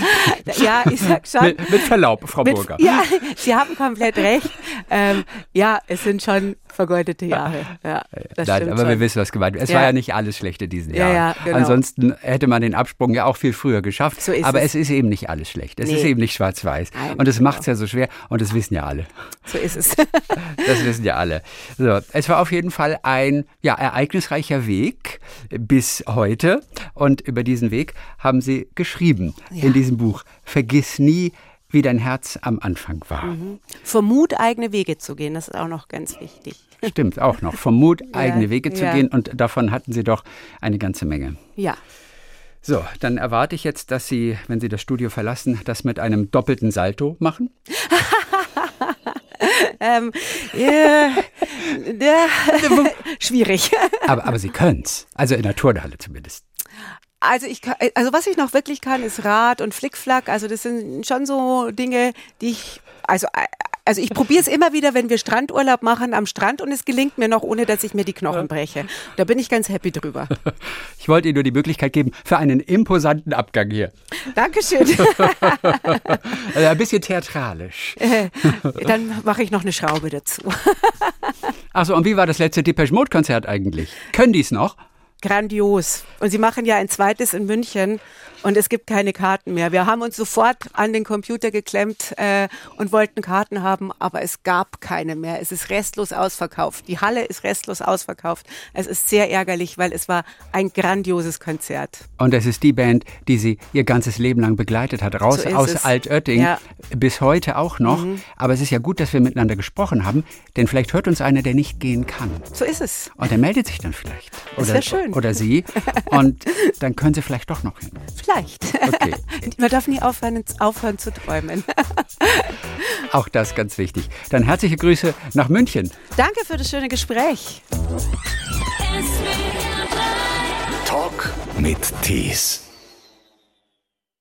ja, ich sag schon. Mit, mit Verlaub, Frau mit, Burger. Ja, Sie haben komplett recht. Ähm, ja, es sind schon Vergeudete Jahre, ja. Das Nein, stimmt aber schon. wir wissen, was gemeint ist. Es Ja. war ja nicht alles schlecht in diesen Jahren. Ja, ja, genau. Ansonsten hätte man den Absprung ja auch viel früher geschafft. So ist aber es. es ist eben nicht alles schlecht. Es Nee. ist eben nicht schwarz-weiß. Nein, Und es genau. macht es ja so schwer. Und das wissen ja alle. So ist es. Das wissen ja alle. So, es war auf jeden Fall ein ja, ereignisreicher Weg bis heute. Und über diesen Weg haben Sie geschrieben Ja. in diesem Buch. Vergiss nie, wie dein Herz am Anfang war. Mhm. Vom Mut, eigene Wege zu gehen, das ist auch noch ganz wichtig. Stimmt, auch noch. Vom Mut, eigene Wege zu ja. gehen. Und davon hatten Sie doch eine ganze Menge. Ja. So, dann erwarte ich jetzt, dass Sie, wenn Sie das Studio verlassen, das mit einem doppelten Salto machen. ähm, äh, äh, schwierig. Aber, aber Sie können's. Also in der Turnhalle zumindest. Also ich kann, also was ich noch wirklich kann, ist Rad und Flickflack. Also das sind schon so Dinge, die ich, also also ich probiere es immer wieder, wenn wir Strandurlaub machen am Strand und es gelingt mir noch, ohne dass ich mir die Knochen breche. Da bin ich ganz happy drüber. Ich wollte Ihnen nur die Möglichkeit geben für einen imposanten Abgang hier. Dankeschön. Also ein bisschen theatralisch. Dann mache ich noch eine Schraube dazu. Achso, und wie war das letzte Depeche Mode Konzert eigentlich? Können die es noch? Grandios. Und sie machen ja ein zweites in München und es gibt keine Karten mehr. Wir haben uns sofort an den Computer geklemmt äh, und wollten Karten haben, aber es gab keine mehr. Es ist restlos ausverkauft. Die Halle ist restlos ausverkauft. Es ist sehr ärgerlich, weil es war ein grandioses Konzert. Und es ist die Band, die sie ihr ganzes Leben lang begleitet hat, raus So ist aus es. Altötting, Ja. bis heute auch noch. Mhm. Aber es ist ja gut, dass wir miteinander gesprochen haben, denn vielleicht hört uns einer, der nicht gehen kann. So ist es. Und der meldet sich dann vielleicht. Das Oder, wär schön. oder sie. Und dann können sie vielleicht doch noch hin. Vielleicht. Okay. Man darf nie aufhören, aufhören zu träumen. Auch das ganz wichtig. Dann herzliche Grüße nach München. Danke für das schöne Gespräch. Talk mit Tees.